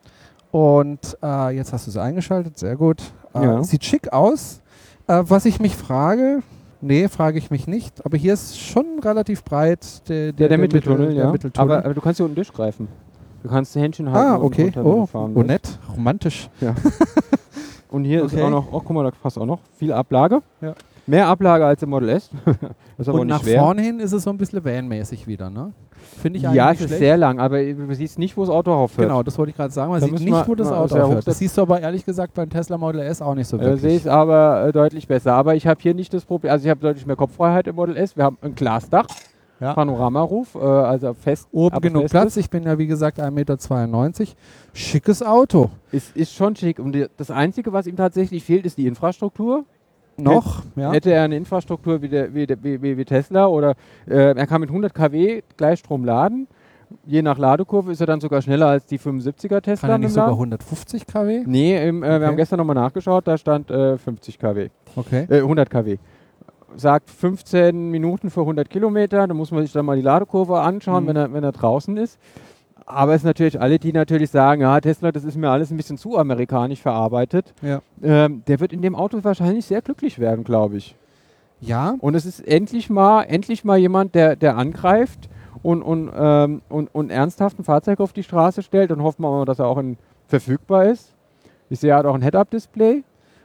Und jetzt hast du sie eingeschaltet, sehr gut. Ja. Sieht schick aus. Was ich mich frage, frage ich mich nicht, aber hier ist schon relativ breit Der Mitteltunnel, ja. Mitteltunnel. Aber du kannst hier unten durchgreifen. Du kannst die Händchen halten. Ah, und okay. runter, wenn du fahren willst. Nett, romantisch. Ja. Und hier ist Okay. auch noch, guck mal, da passt auch noch viel Ablage. Ja. Mehr Ablage als im Model S. Das ist aber Und nicht nach schwer. vorne hin ist es so ein bisschen vanmäßig wieder, ne? Finde ich eigentlich Ja, nicht es ist schlecht. sehr lang, aber du siehst nicht, wo das Auto aufhört. Genau, das wollte ich gerade sagen. Man Da sieht müssen nicht, wir wo das mal Auto sehr aufhört. hoch- Das siehst du aber ehrlich gesagt beim Tesla Model S auch nicht so Sehe wirklich. ich aber deutlich besser. Aber ich habe hier nicht das Problem, also ich habe deutlich mehr Kopffreiheit im Model S. Wir haben ein Glasdach, Ja. Panoramaruf, also fest. Oben aber genug festes. Platz. Ich bin ja wie gesagt 1,92 Meter. Schickes Auto. Ist schon schick. Und das Einzige, was ihm tatsächlich fehlt, ist die Infrastruktur. Noch. Ja. Hätte er eine Infrastruktur wie Tesla oder er kann mit 100 kW Gleichstrom laden. Je nach Ladekurve ist er dann sogar schneller als die 75er Tesla. Kann er im nicht sogar Laden. 150 kW? Nee, wir Okay. haben gestern nochmal nachgeschaut, da stand 50 kW. Okay. 100 kW. Sagt 15 Minuten für 100 Kilometer, da muss man sich dann mal die Ladekurve anschauen, wenn er draußen ist. Aber es sind natürlich alle, die natürlich sagen, ja, Tesla, das ist mir alles ein bisschen zu amerikanisch verarbeitet. Ja. Der wird in dem Auto wahrscheinlich sehr glücklich werden, glaube ich. Ja. Und es ist endlich mal jemand, der angreift und ernsthaft ein Fahrzeug auf die Straße stellt und hoffen wir mal, dass er auch verfügbar ist. Ich sehe, er hat auch ein Head-Up-Display.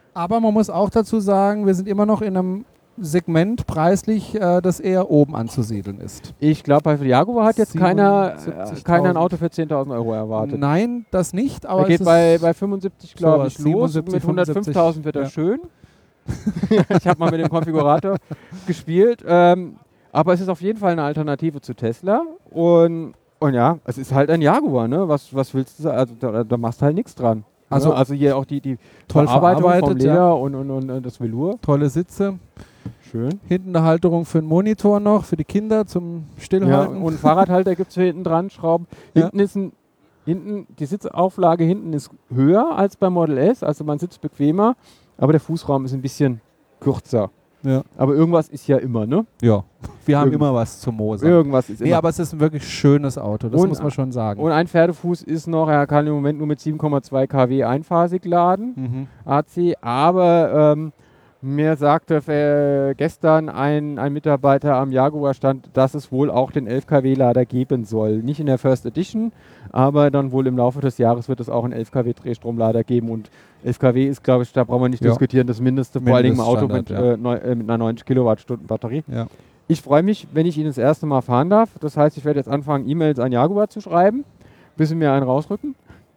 Aber man muss auch dazu sagen, wir sind immer noch in einem Segment preislich, das eher oben anzusiedeln ist. Ich glaube, bei Jaguar hat jetzt keiner 77.000. ein Auto für 10.000 Euro erwartet. Nein, das nicht. Aber Er geht es bei 75, glaube ich, los. 77, Mit 105.000 wird er ja. schön. Ich habe mal mit dem Konfigurator gespielt. Aber es ist auf jeden Fall eine Alternative zu Tesla. Und ja, es ist halt ein Jaguar. Ne? Was willst du sagen? Also da machst du halt nichts dran. Also Also hier auch die toll Verarbeitung vom verarbeitet, Leder ja. und das Velour. Tolle Sitze. Schön. Hinten eine Halterung für einen Monitor noch, für die Kinder zum Ja, Stillhalten. und einen Fahrradhalter gibt es hier hinten dran, Schrauben. Ja. Die Sitzauflage hinten ist höher als beim Model S, also man sitzt bequemer, aber der Fußraum ist ein bisschen kürzer. Ja. Aber irgendwas ist ja immer, ne? Ja. Wir haben Irgend- immer was zum Moser. Irgendwas ist Nee, immer. aber es ist ein wirklich schönes Auto, das Und- muss man schon sagen. Und ein Pferdefuß ist noch, er kann im Moment nur mit 7,2 kW einphasig laden, Mhm. AC, aber mir sagte gestern ein Mitarbeiter am Jaguar-Stand, dass es wohl auch den 11 kW-Lader geben soll. Nicht in der First Edition, aber dann wohl im Laufe des Jahres wird es auch einen 11 kW Drehstromlader geben. Und 11 kW ist, glaube ich, da brauchen wir nicht Ja. diskutieren, das Mindeste, vor allen Dingen im Auto mit, Mindeststandard, mit einer 90 Kilowattstunden Batterie. Ja. Ich freue mich, wenn ich ihn das erste Mal fahren darf. Das heißt, ich werde jetzt anfangen, E-Mails an Jaguar zu schreiben, bis sie mir einen rausrücken.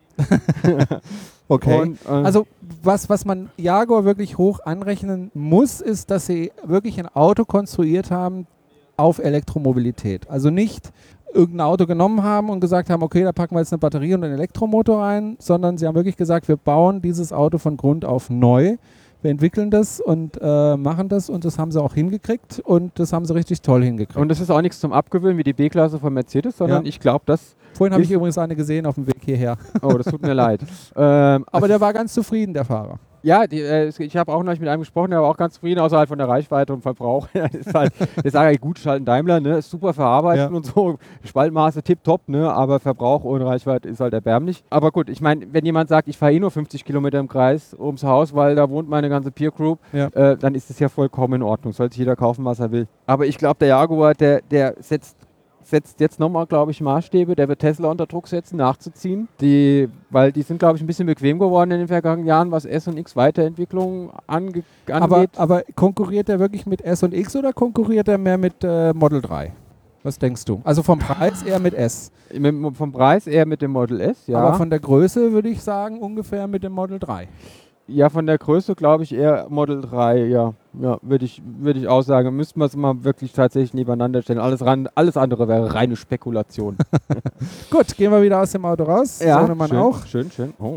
Okay. Und, Also was man Jaguar wirklich hoch anrechnen muss, ist, dass sie wirklich ein Auto konstruiert haben auf Elektromobilität. Also nicht irgendein Auto genommen haben und gesagt haben, okay, da packen wir jetzt eine Batterie und einen Elektromotor rein, sondern sie haben wirklich gesagt, wir bauen dieses Auto von Grund auf neu. Wir entwickeln das und machen das und das haben sie auch hingekriegt und das haben sie richtig toll hingekriegt. und das ist auch nichts zum Abgewöhnen wie die B-Klasse von Mercedes, sondern Ja. ich glaube, das... Vorhin habe ich ist- übrigens eine gesehen auf dem Weg hierher. Oh, das tut mir leid. Aber der war ganz zufrieden, der Fahrer. Ja, ich habe auch noch mit einem gesprochen, der war auch ganz zufrieden, außerhalb von der Reichweite und Verbrauch. Das ist halt, der sagt halt, gut, ist halt ein Daimler, ne, ist super verarbeitet Ja. und so, Spaltmaße tipptopp, ne, aber Verbrauch ohne Reichweite ist halt erbärmlich. Aber gut, ich meine, wenn jemand sagt, ich fahre eh nur 50 Kilometer im Kreis ums Haus, weil da wohnt meine ganze Peer Group, Ja. dann ist es ja vollkommen in Ordnung, soll sich jeder kaufen, was er will. Aber ich glaube, der Jaguar, der setzt jetzt nochmal, glaube ich, Maßstäbe. Der wird Tesla unter Druck setzen, nachzuziehen. Weil die sind, glaube ich, ein bisschen bequem geworden in den vergangenen Jahren, was S und X Weiterentwicklung angeht. Aber konkurriert er wirklich mit S und X oder konkurriert er mehr mit Model 3? Was denkst du? Also vom Preis eher mit S. Vom Preis eher mit dem Model S, ja. Aber von der Größe würde ich sagen ungefähr mit dem Model 3. Ja, von der Größe glaube ich eher Model 3, ja. Ja, würde ich auch sagen. Müssten wir es mal wirklich tatsächlich nebeneinander stellen. Alles andere wäre reine Spekulation. Gut, gehen wir wieder aus dem Auto raus. Sohnemann schön, auch. schön. Oh.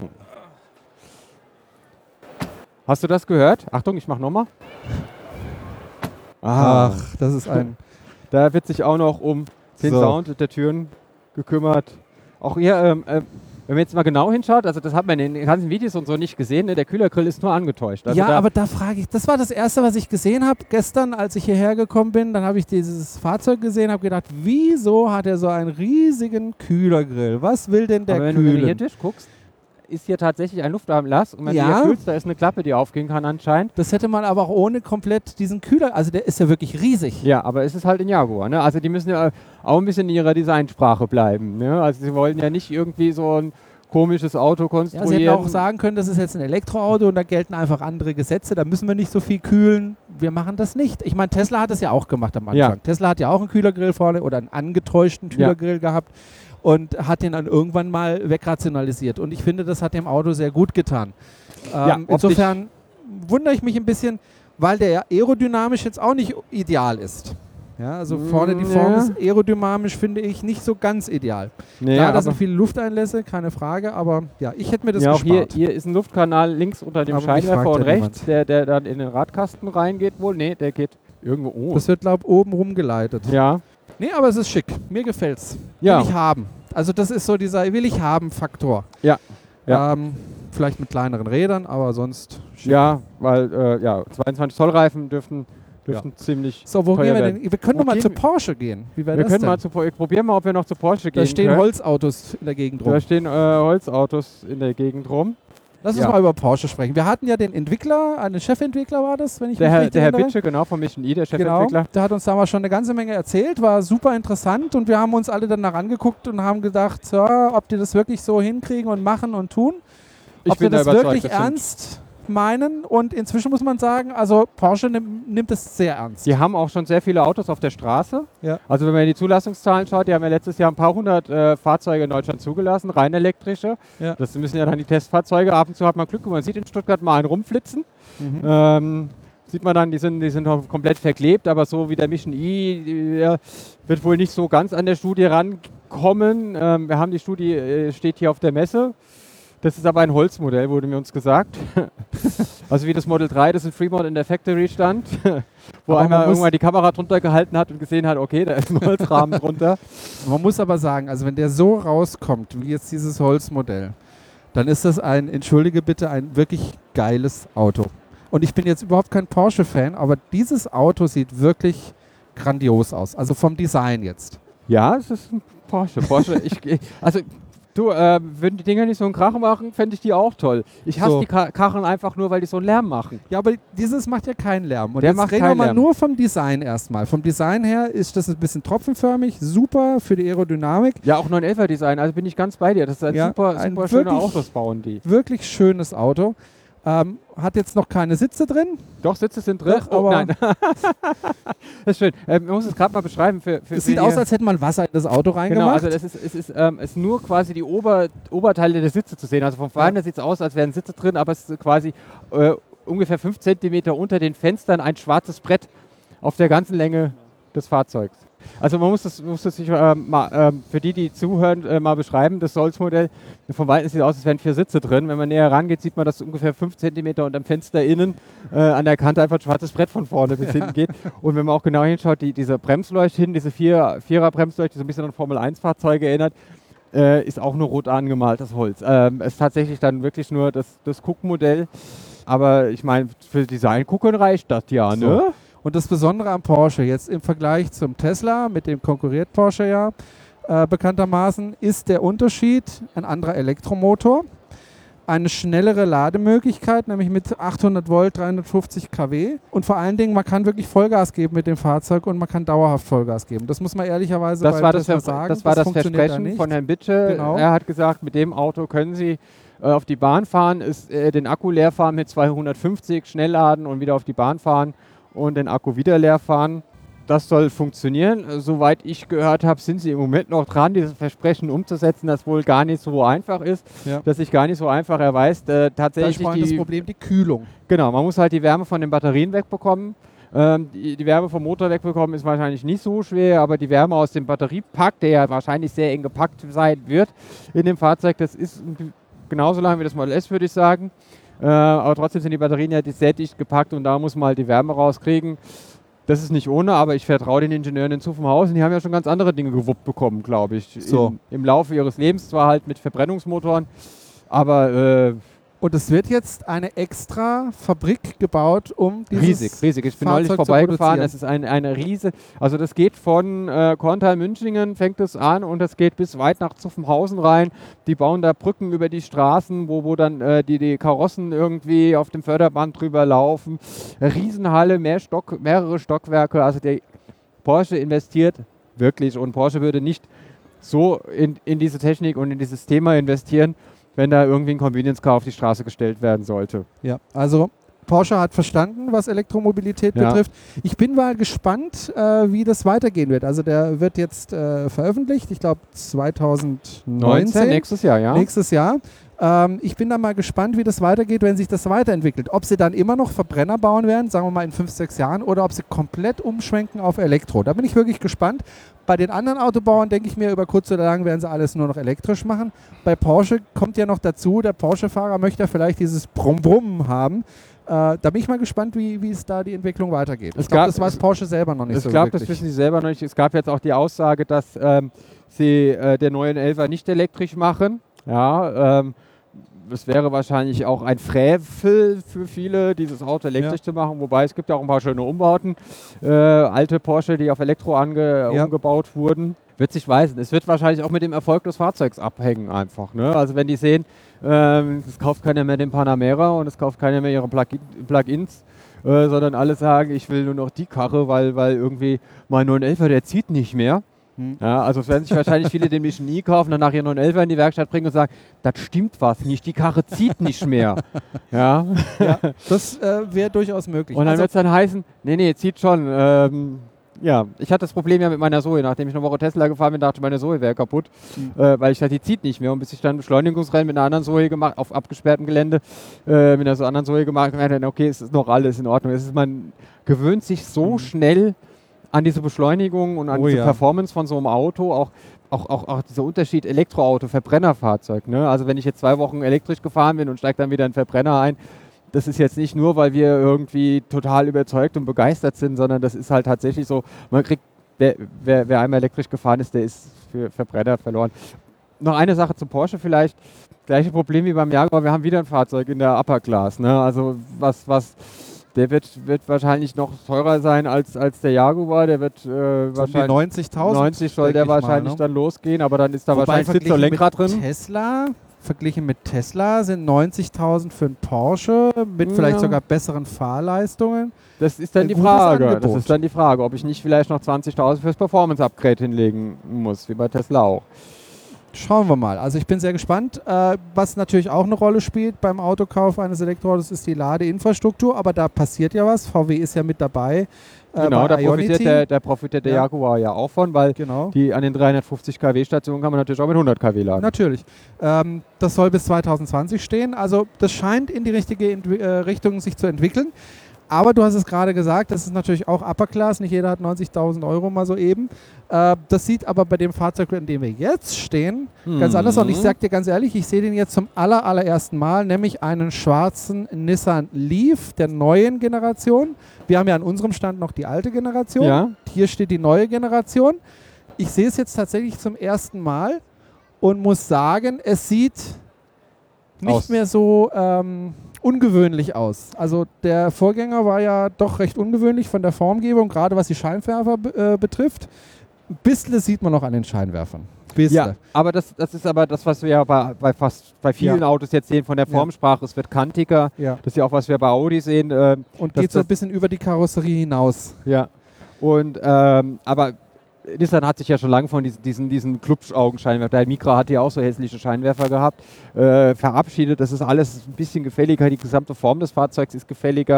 Hast du das gehört? Achtung, ich mach nochmal. Ach, das ist ein... Da wird sich auch noch um den So. Sound der Türen gekümmert. Auch hier, wenn man jetzt mal genau hinschaut, also das hat man in den ganzen Videos und so nicht gesehen, ne? Der Kühlergrill ist nur angetäuscht. Also ja, da, aber da frage ich, das war das Erste, was ich gesehen habe gestern, als ich hierher gekommen bin. Dann habe ich dieses Fahrzeug gesehen, habe gedacht, wieso hat er so einen riesigen Kühlergrill? Was will denn der aber wenn du hier kühlen? durchguckst, ist hier tatsächlich ein Luftablass und wenn Ja. du hier fühlst, da ist eine Klappe, die aufgehen kann anscheinend. Das hätte man aber auch ohne komplett diesen Kühler, also der ist ja wirklich riesig. Ja, aber es ist halt ein Jaguar, ne? Also die müssen ja auch ein bisschen in ihrer Designsprache bleiben, ne? Also sie wollen ja nicht irgendwie so ein komisches Auto Ja, konstruieren. sie hätten auch sagen können, das ist jetzt ein Elektroauto und da gelten einfach andere Gesetze, da müssen wir nicht so viel kühlen. Wir machen das nicht. Ich meine, Tesla hat das ja auch gemacht am Anfang. Ja. Tesla hat ja auch einen Kühlergrill vorne oder einen angetäuschten Kühlergrill gehabt und hat den dann irgendwann mal wegrationalisiert. Und ich finde, das hat dem Auto sehr gut getan. Insofern wundere ich mich ein bisschen, weil der ja aerodynamisch jetzt auch nicht ideal ist. Ja, also vorne die Form Ja. ist aerodynamisch, finde ich, nicht so ganz ideal. Nee, Ja, da aber sind viele Lufteinlässe, keine Frage, aber ja, ich hätte mir das ja, auch gespart. hier ist ein Luftkanal links unter dem Aber mich Scheinwerfer fragt und ja rechts, der dann in den Radkasten reingeht wohl. Nee, der geht irgendwo. Oh. Das wird, glaube ich, oben rumgeleitet. Ja. Nee, aber es ist schick. Mir gefällt's. Ja. Will ich haben. Also das ist so dieser Will-ich-haben-Faktor. Ja. Ja. Vielleicht mit kleineren Rädern, aber sonst schick. Ja, weil 22 Zoll Reifen dürften ziemlich So, wo teuer gehen wir werden. denn? Wir können Wo doch mal gehen zu wir? Porsche gehen. Wie wäre Wir das können denn? mal probieren mal, ob wir noch zu Porsche gehen Da stehen können. Holzautos in der Gegend rum. Da stehen Holzautos in der Gegend rum. Lass uns Ja. mal über Porsche sprechen. Wir hatten ja den Entwickler, einen Chefentwickler war das, wenn ich Der mich Herr richtig erinnere. Bitsche, genau, von Mission E, der Genau, Chefentwickler. der hat uns damals schon eine ganze Menge erzählt, war super interessant und wir haben uns alle danach angeguckt und haben gedacht, ja, ob die das wirklich so hinkriegen und machen und tun. Ich Ob wir bin da das überzeugt, wirklich das stimmt. ernst meinen. Und inzwischen muss man sagen, also Porsche nimmt es sehr ernst. Die haben auch schon sehr viele Autos auf der Straße. Ja. Also wenn man in die Zulassungszahlen schaut, die haben ja letztes Jahr ein paar hundert Fahrzeuge in Deutschland zugelassen, rein elektrische. Ja. Das müssen ja dann die Testfahrzeuge. Ab und zu hat man Glück, man sieht in Stuttgart mal einen rumflitzen. Sieht man dann, die sind auch komplett verklebt, aber so wie der Mission E wird wohl nicht so ganz an der Studie rankommen. Wir haben die Studie, steht hier auf der Messe. Das ist aber ein Holzmodell, wurde mir uns gesagt. Also wie das Model 3, das in Fremont in der Factory stand, wo Aber einer man muss- irgendwann die Kamera drunter gehalten hat und gesehen hat, okay, da ist ein Holzrahmen drunter. Man muss aber sagen, also wenn der so rauskommt, wie jetzt dieses Holzmodell, dann ist das entschuldige bitte, ein wirklich geiles Auto. Und ich bin jetzt überhaupt kein Porsche-Fan, aber dieses Auto sieht wirklich grandios aus. Also vom Design jetzt. Ja, es ist ein Porsche. Also du, würden die Dinger nicht so einen Krach machen, fände ich die auch toll. Ich hasse So. die Karren einfach nur, weil die so einen Lärm machen. Ja, aber dieses macht ja keinen Lärm. Und Der jetzt macht reden wir keinen mal Lärm. nur vom Design erstmal. Vom Design her ist das ein bisschen tropfenförmig, super für die Aerodynamik. Ja, auch 911er Design, also bin ich ganz bei dir. Das ist ein Ja, super ein schöne wirklich- Autos bauen die. Wirklich schönes Auto. Hat jetzt noch keine Sitze drin. Doch, Sitze sind drin. Doch, aber- nein. Das ist schön. Man muss es gerade mal beschreiben. Es sieht aus, als hätte man Wasser in das Auto Genau, reingemacht. also es ist nur quasi die Oberteile der Sitze zu sehen. Also vom Fahren her sieht es aus, als wären Sitze drin, aber es ist quasi ungefähr 5 cm unter den Fenstern ein schwarzes Brett auf der ganzen Länge des Fahrzeugs. Also man muss das sich für die zuhören, mal beschreiben. Das Solz-Modell, vom Weitem sieht es aus, als wären 4 Sitze drin. Wenn man näher rangeht, sieht man, dass ungefähr 5 cm unterm Fenster innen an der Kante einfach ein schwarzes Brett von vorne bis hinten geht. Und wenn man auch genau hinschaut, diese Bremsleuchte hinten, diese Vierer-Bremsleuchte, die so ein bisschen an Formel-1-Fahrzeuge erinnert, ist auch nur rot angemaltes Holz. Es ist tatsächlich dann wirklich nur das Cook-Modell. Aber ich meine, für Design gucken reicht das ja, ne? So. Und das Besondere am Porsche jetzt im Vergleich zum Tesla, mit dem konkurriert Porsche ja bekanntermaßen, ist der Unterschied ein anderer Elektromotor, eine schnellere Lademöglichkeit, nämlich mit 800 Volt, 350 kW. Und vor allen Dingen, man kann wirklich Vollgas geben mit dem Fahrzeug und man kann dauerhaft Vollgas geben. Das muss man ehrlicherweise Das war das, Tesla sagen. das, war das funktioniert da Versprechen nicht. von Herrn Bitsche. Genau. Er hat gesagt, mit dem Auto können Sie auf die Bahn fahren, den Akku leer fahren mit 250, schnell laden und wieder auf die Bahn fahren und den Akku wieder leer fahren. Das soll funktionieren. Soweit ich gehört habe, sind sie im Moment noch dran, dieses Versprechen umzusetzen, das wohl gar nicht so einfach ist, Ja. dass sich gar nicht so einfach erweist. Da Tatsächlich ist das Problem die Kühlung. Genau, man muss halt die Wärme von den Batterien wegbekommen. Die Wärme vom Motor wegbekommen ist wahrscheinlich nicht so schwer, aber die Wärme aus dem Batteriepack, der ja wahrscheinlich sehr eng gepackt sein wird in dem Fahrzeug, das ist genauso lang wie das Model S, würde ich sagen. Aber trotzdem sind die Batterien ja sehr dicht gepackt und da muss man halt die Wärme rauskriegen. Das ist nicht ohne, aber ich vertraue den Ingenieuren in Zuffenhausen. Die haben ja schon ganz andere Dinge gewuppt bekommen, glaube ich. So. Im Laufe ihres Lebens, zwar halt mit Verbrennungsmotoren, aber Und es wird jetzt eine extra Fabrik gebaut, um dieses riesig. Ich bin neulich Fahrzeug zu vorbeigefahren. produzieren. Es ist eine Riese. Also das geht von Korntal-Münchingen fängt es an und das geht bis weit nach Zuffenhausen rein. Die bauen da Brücken über die Straßen, wo dann die Karossen irgendwie auf dem Förderband drüber laufen. Riesenhalle, mehrere Stockwerke. Also der Porsche investiert wirklich und Porsche würde nicht so in diese Technik und in dieses Thema investieren, wenn da irgendwie ein Convenience-Car auf die Straße gestellt werden sollte. Ja, also Porsche hat verstanden, was Elektromobilität Ja. betrifft. Ich bin mal gespannt, wie das weitergehen wird. Also der wird jetzt veröffentlicht, ich glaube 2019. Nächstes Jahr, ja. Nächstes Jahr. Ich bin da mal gespannt, wie das weitergeht, wenn sich das weiterentwickelt. Ob sie dann immer noch Verbrenner bauen werden, sagen wir mal in 5, 6 Jahren, oder ob sie komplett umschwenken auf Elektro. Da bin ich wirklich gespannt. Bei den anderen Autobauern denke ich mir, über kurz oder lang werden sie alles nur noch elektrisch machen. Bei Porsche kommt ja noch dazu, der Porsche-Fahrer möchte ja vielleicht dieses Brumm-Brumm haben. Da bin ich mal gespannt, wie es da die Entwicklung weitergeht. Ich glaube, das weiß Porsche selber noch nicht so Ich glaube, das wirklich. wissen sie selber noch nicht. Es gab jetzt auch die Aussage, dass sie der neuen 11er nicht elektrisch machen. Ja, es wäre wahrscheinlich auch ein Frevel für viele, dieses Auto elektrisch zu machen. Wobei es gibt ja auch ein paar schöne Umbauten. Alte Porsche, die auf Elektro umgebaut wurden. Wird sich weisen. Es wird wahrscheinlich auch mit dem Erfolg des Fahrzeugs abhängen einfach. Ne? Also wenn die sehen, es kauft keiner mehr den Panamera und es kauft keiner mehr ihre Plugins, sondern alle sagen, ich will nur noch die Karre, weil irgendwie mein 911er, der zieht nicht mehr. Ja, also es werden sich wahrscheinlich viele den Mission nie kaufen, dann nachher 911 in die Werkstatt bringen und sagen, das stimmt was nicht, die Karre zieht nicht mehr. Ja. Das wäre durchaus möglich. Und dann Also, wird es dann heißen, nee, zieht schon. Ja, ich hatte das Problem ja mit meiner Zoe. Nachdem ich eine Woche Tesla gefahren bin, dachte ich, meine Zoe wäre kaputt, weil ich dachte, die zieht nicht mehr. Und bis ich dann ein Beschleunigungsrennen mit einer anderen Zoe gemacht, auf abgesperrtem Gelände, mit einer so anderen Zoe gemacht habe, dann okay, es ist noch alles in Ordnung. Man gewöhnt sich so schnell an diese Beschleunigung und an diese Performance von so einem Auto, auch dieser Unterschied Elektroauto, Verbrennerfahrzeug. Ne? Also wenn ich jetzt 2 Wochen elektrisch gefahren bin und steige dann wieder in Verbrenner ein, das ist jetzt nicht nur, weil wir irgendwie total überzeugt und begeistert sind, sondern das ist halt tatsächlich so, man kriegt, wer einmal elektrisch gefahren ist, der ist für Verbrenner verloren. Noch eine Sache zum Porsche vielleicht, gleiche Problem wie beim Jaguar, wir haben wieder ein Fahrzeug in der Upper Class. Ne? Also der wird wahrscheinlich noch teurer sein als der Jaguar, der wird wahrscheinlich 90.000. 90 soll der wahrscheinlich dann losgehen, aber dann ist da wahrscheinlich Sitz und Lenkrad drin. Verglichen mit Tesla sind 90.000 für einen Porsche mit vielleicht sogar besseren Fahrleistungen. Das ist dann die Frage. Das ist dann die Frage, ob ich nicht vielleicht noch 20.000 fürs Performance-Upgrade hinlegen muss, wie bei Tesla auch. Schauen wir mal. Also ich bin sehr gespannt. Was natürlich auch eine Rolle spielt beim Autokauf eines Elektroautos ist die Ladeinfrastruktur, aber da passiert ja was. VW ist ja mit dabei. Genau, da profitiert der Jaguar ja auch von, weil die an den 350 kW Stationen kann man natürlich auch mit 100 kW laden. Natürlich. Das soll bis 2020 stehen. Also das scheint in die richtige Richtung sich zu entwickeln. Aber du hast es gerade gesagt, das ist natürlich auch Upper Class. Nicht jeder hat 90.000 Euro mal so eben. Das sieht aber bei dem Fahrzeug, in dem wir jetzt stehen, ganz anders aus. Und ich sage dir ganz ehrlich, ich sehe den jetzt zum allerersten Mal, nämlich einen schwarzen Nissan Leaf der neuen Generation. Wir haben ja an unserem Stand noch die alte Generation. Ja. Hier steht die neue Generation. Ich sehe es jetzt tatsächlich zum ersten Mal und muss sagen, es sieht nicht mehr so ungewöhnlich aus. Also der Vorgänger war ja doch recht ungewöhnlich von der Formgebung, gerade was die Scheinwerfer betrifft. Ein bisschen sieht man noch an den Scheinwerfern. Ja, aber das ist aber das, was wir ja bei vielen Autos jetzt sehen von der Formsprache. Es wird kantiger. Ja. Das ist ja auch, was wir bei Audi sehen. Und geht so ein bisschen über die Karosserie hinaus. Ja. Und aber Nissan hat sich ja schon lange von diesen Klubsch-Augenscheinwerfer, der Micra hatte ja auch so hässliche Scheinwerfer gehabt, verabschiedet. Das ist alles ein bisschen gefälliger, die gesamte Form des Fahrzeugs ist gefälliger.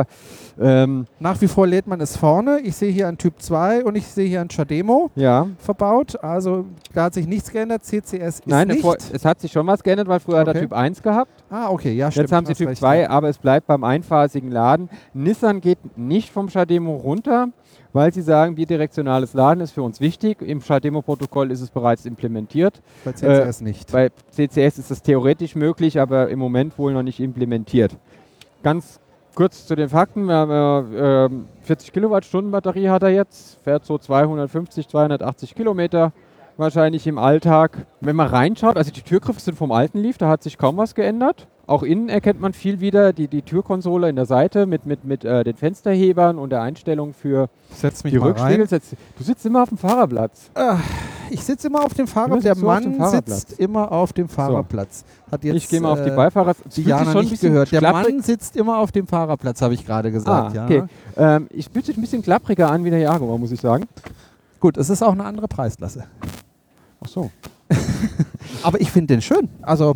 Nach wie vor lädt man es vorne. Ich sehe hier ein Typ 2 und ich sehe hier ein Chademo verbaut. Also da hat sich nichts geändert. CCS ist nicht. Es hat sich schon was geändert, weil früher hat er Typ 1 gehabt. Ah, okay, ja, stimmt. Jetzt haben sie Typ 2, aber es bleibt beim einphasigen Laden. Nissan geht nicht vom Chademo runter, weil sie sagen, bidirektionales Laden ist für uns wichtig. Im Chademo-Protokoll ist es bereits implementiert. Bei CCS nicht. Bei CCS ist es theoretisch möglich, aber im Moment wohl noch nicht implementiert. Ganz kurz zu den Fakten. Wir haben 40 Kilowattstunden Batterie hat er jetzt, fährt so 250, 280 Kilometer wahrscheinlich im Alltag. Wenn man reinschaut, also die Türgriffe sind vom alten Leaf, da hat sich kaum was geändert. Auch innen erkennt man viel wieder, die Türkonsole in der Seite mit den Fensterhebern und der Einstellung für die Rückspiegel. Du sitzt immer auf dem Fahrerplatz. Ich sitze immer auf dem Fahrerplatz. Der Mann sitzt immer auf dem Fahrerplatz. Hat jetzt, ich gehe mal auf die Beifahrer. Die Jana schon nicht gehört. Der Mann sitzt immer auf dem Fahrerplatz, habe ich gerade gesagt. Okay. Ich fühlt sich ein bisschen klappriger an wie der Jaguar, muss ich sagen. Gut, es ist auch eine andere Preisklasse. Ach so. Aber ich finde den schön. Also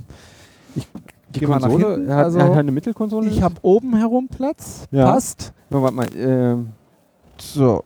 die Konsole, er hat eine Mittelkonsole. Ich habe oben herum Platz. Passt. Warte mal. So.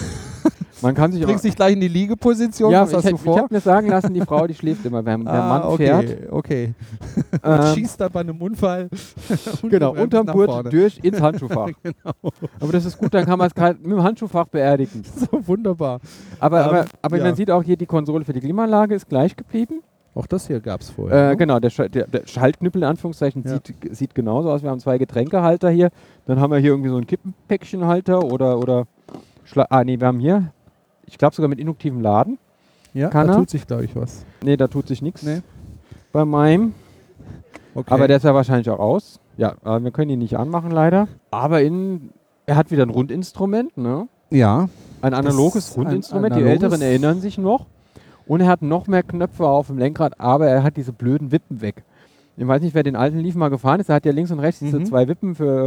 Man kann sich bringst dich gleich in die Liegeposition. Ja, ich habe mir sagen lassen, die Frau, die schläft immer, wenn der Mann fährt. Okay. Schießt da bei einem Unfall. Genau, unterm Gurt durch ins Handschuhfach. Genau. Aber das ist gut, dann kann man es mit dem Handschuhfach beerdigen. So wunderbar. Aber man sieht auch hier, die Konsole für die Klimaanlage ist gleich geblieben. Auch das hier gab es vorher. Genau, der Schaltknüppel in Anführungszeichen sieht genauso aus. Wir haben 2 Getränkehalter hier. Dann haben wir hier irgendwie so einen Kippenpäckchenhalter oder wir haben hier, ich glaube sogar mit induktivem Laden. Ja, da tut sich, glaube ich, was. Nee, da tut sich nichts bei meinem. Okay. Aber der ist ja wahrscheinlich auch aus. Ja, wir können ihn nicht anmachen leider. Aber er hat wieder ein Rundinstrument, ne? Ja. Ein analoges Rundinstrument, die Älteren erinnern sich noch. Und er hat noch mehr Knöpfe auf dem Lenkrad, aber er hat diese blöden Wippen weg. Ich weiß nicht, wer den alten Leaf mal gefahren ist, er hat ja links und rechts diese 2 Wippen für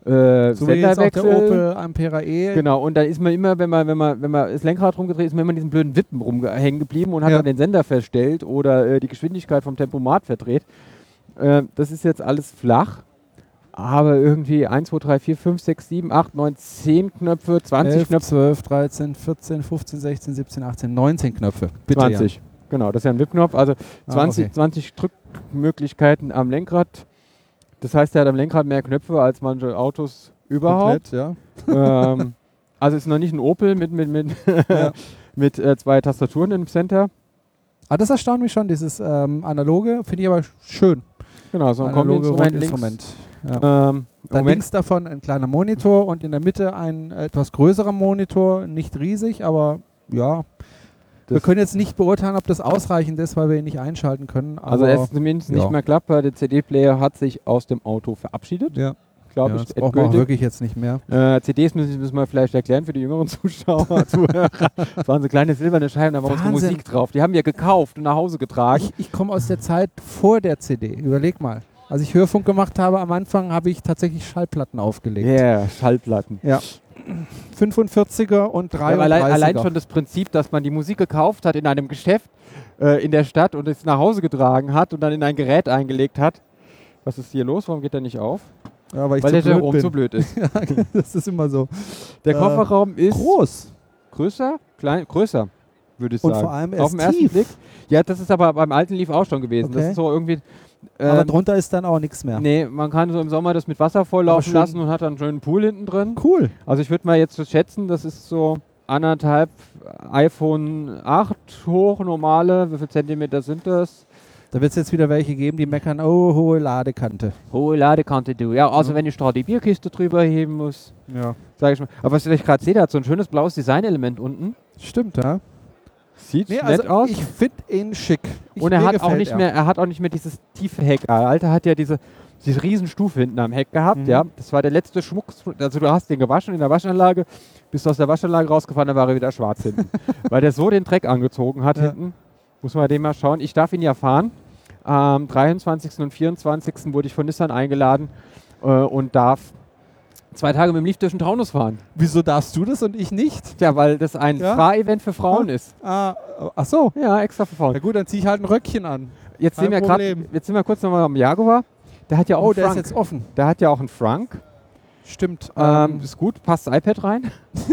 So wie jetzt auch der Senderwechsel. Opel Ampera E. Genau, und dann ist man immer, wenn man das Lenkrad rumgedreht ist, man immer in diesen blöden Wippen rumhängen geblieben und hat Ja. dann den Sender verstellt oder die Geschwindigkeit vom Tempomat verdreht. Das ist jetzt alles flach, aber irgendwie 1, 2, 3, 4, 5, 6, 7, 8, 9, 10 Knöpfe, 20 11, Knöpfe. 12, 13, 14, 15, 16, 17, 18, 19 Knöpfe. Bitte, 20. Genau, das ist ja ein Wippknopf. Also 20, okay. 20 Drückmöglichkeiten am Lenkrad. Das heißt, er hat am Lenkrad mehr Knöpfe als manche Autos Jan. überhaupt. Komplett, ja. Also ist noch nicht ein Opel mit Ja. mit 2 Tastaturen im Center. Ah, das erstaunt mich schon, dieses analoge, finde ich aber schön. Genau, so ein Analoge Kombi-Instrument links. Rundinstrument. Ja. Im Dann Moment, links davon ein kleiner Monitor und in der Mitte ein etwas größerer Monitor, nicht riesig, aber ja. Wir können jetzt nicht beurteilen, ob das ausreichend ist, weil wir ihn nicht einschalten können. also aber er ist zumindest ja. nicht mehr klappbar. Der CD-Player hat sich aus dem Auto verabschiedet, ja, glaube ja, ich, das brauchen wir auch endgültig. wirklich jetzt nicht mehr. CDs müssen wir vielleicht erklären für die jüngeren Zuschauer, Zuhörer. Das waren so kleine silberne Scheiben, da war unsere Wahnsinn. Musik drauf. Die haben wir gekauft und nach Hause getragen. Ich komme aus der Zeit vor der CD. Überleg mal. Als ich Hörfunk gemacht habe, am Anfang habe ich tatsächlich Schallplatten aufgelegt. Yeah, Schallplatten. Ja. 45er und 33er. Ja, allein schon das Prinzip, dass man die Musik gekauft hat in einem Geschäft in der Stadt und es nach Hause getragen hat und dann in ein Gerät eingelegt hat. Was ist hier los? Warum geht der nicht auf? Ja, weil ich Weil zu der blöd Jerome bin. zu blöd ist. Ja, das ist immer so. Der Kofferraum ist Groß. größer, größer, würde ich Und sagen. vor allem auf den ersten tief. Blick. Ja, das ist aber beim alten Leaf auch schon gewesen. Das Okay. ist so irgendwie. Aber drunter ist dann auch nichts mehr. Nee, man kann so im Sommer das mit Wasser volllaufen schön. lassen und hat dann einen schönen Pool hinten drin. Cool. Also ich würde mal jetzt so schätzen, das ist so 1,5 iPhone 8 hoch, normale. Wie viel Zentimeter sind das? Da wird es jetzt wieder welche geben, die meckern, oh, hohe Ladekante. Hohe Ladekante, du. Ja, also wenn ich da die Bierkiste drüber heben muss, Ja. sage ich mal. Aber was ich gerade sehe, der hat so ein schönes blaues Designelement unten. Stimmt, ja. Sieht Nee, nett also aus. ich finde ihn schick. Und Mir er hat auch gefällt nicht mehr dieses tiefe Heck. Der Alte hat ja diese riesen Stufe hinten am Heck gehabt, Mhm. ja. Das war der letzte Schmuck. Also du hast den gewaschen in der Waschanlage, bist aus der Waschanlage rausgefahren, dann war er wieder schwarz hinten. Weil der so den Dreck angezogen hat Ja. hinten. Muss man den mal schauen. Ich darf ihn ja fahren. Am 23. und 24. wurde ich von Nissan eingeladen und darf 2 Tage mit dem Leaf durch den Taunus fahren. Wieso darfst du das und ich nicht? Ja, weil das ein Ja? Fahrevent für Frauen ist. Ah, ach so. Ja, extra für Frauen. Na gut, dann ziehe ich halt ein Röckchen an. Jetzt kein sind Problem. wir kurz nochmal am Jaguar. Der hat ja auch Oh, einen der ist Frank. jetzt offen. Der hat ja auch einen Frank. Stimmt. Ist gut, passt das iPad rein.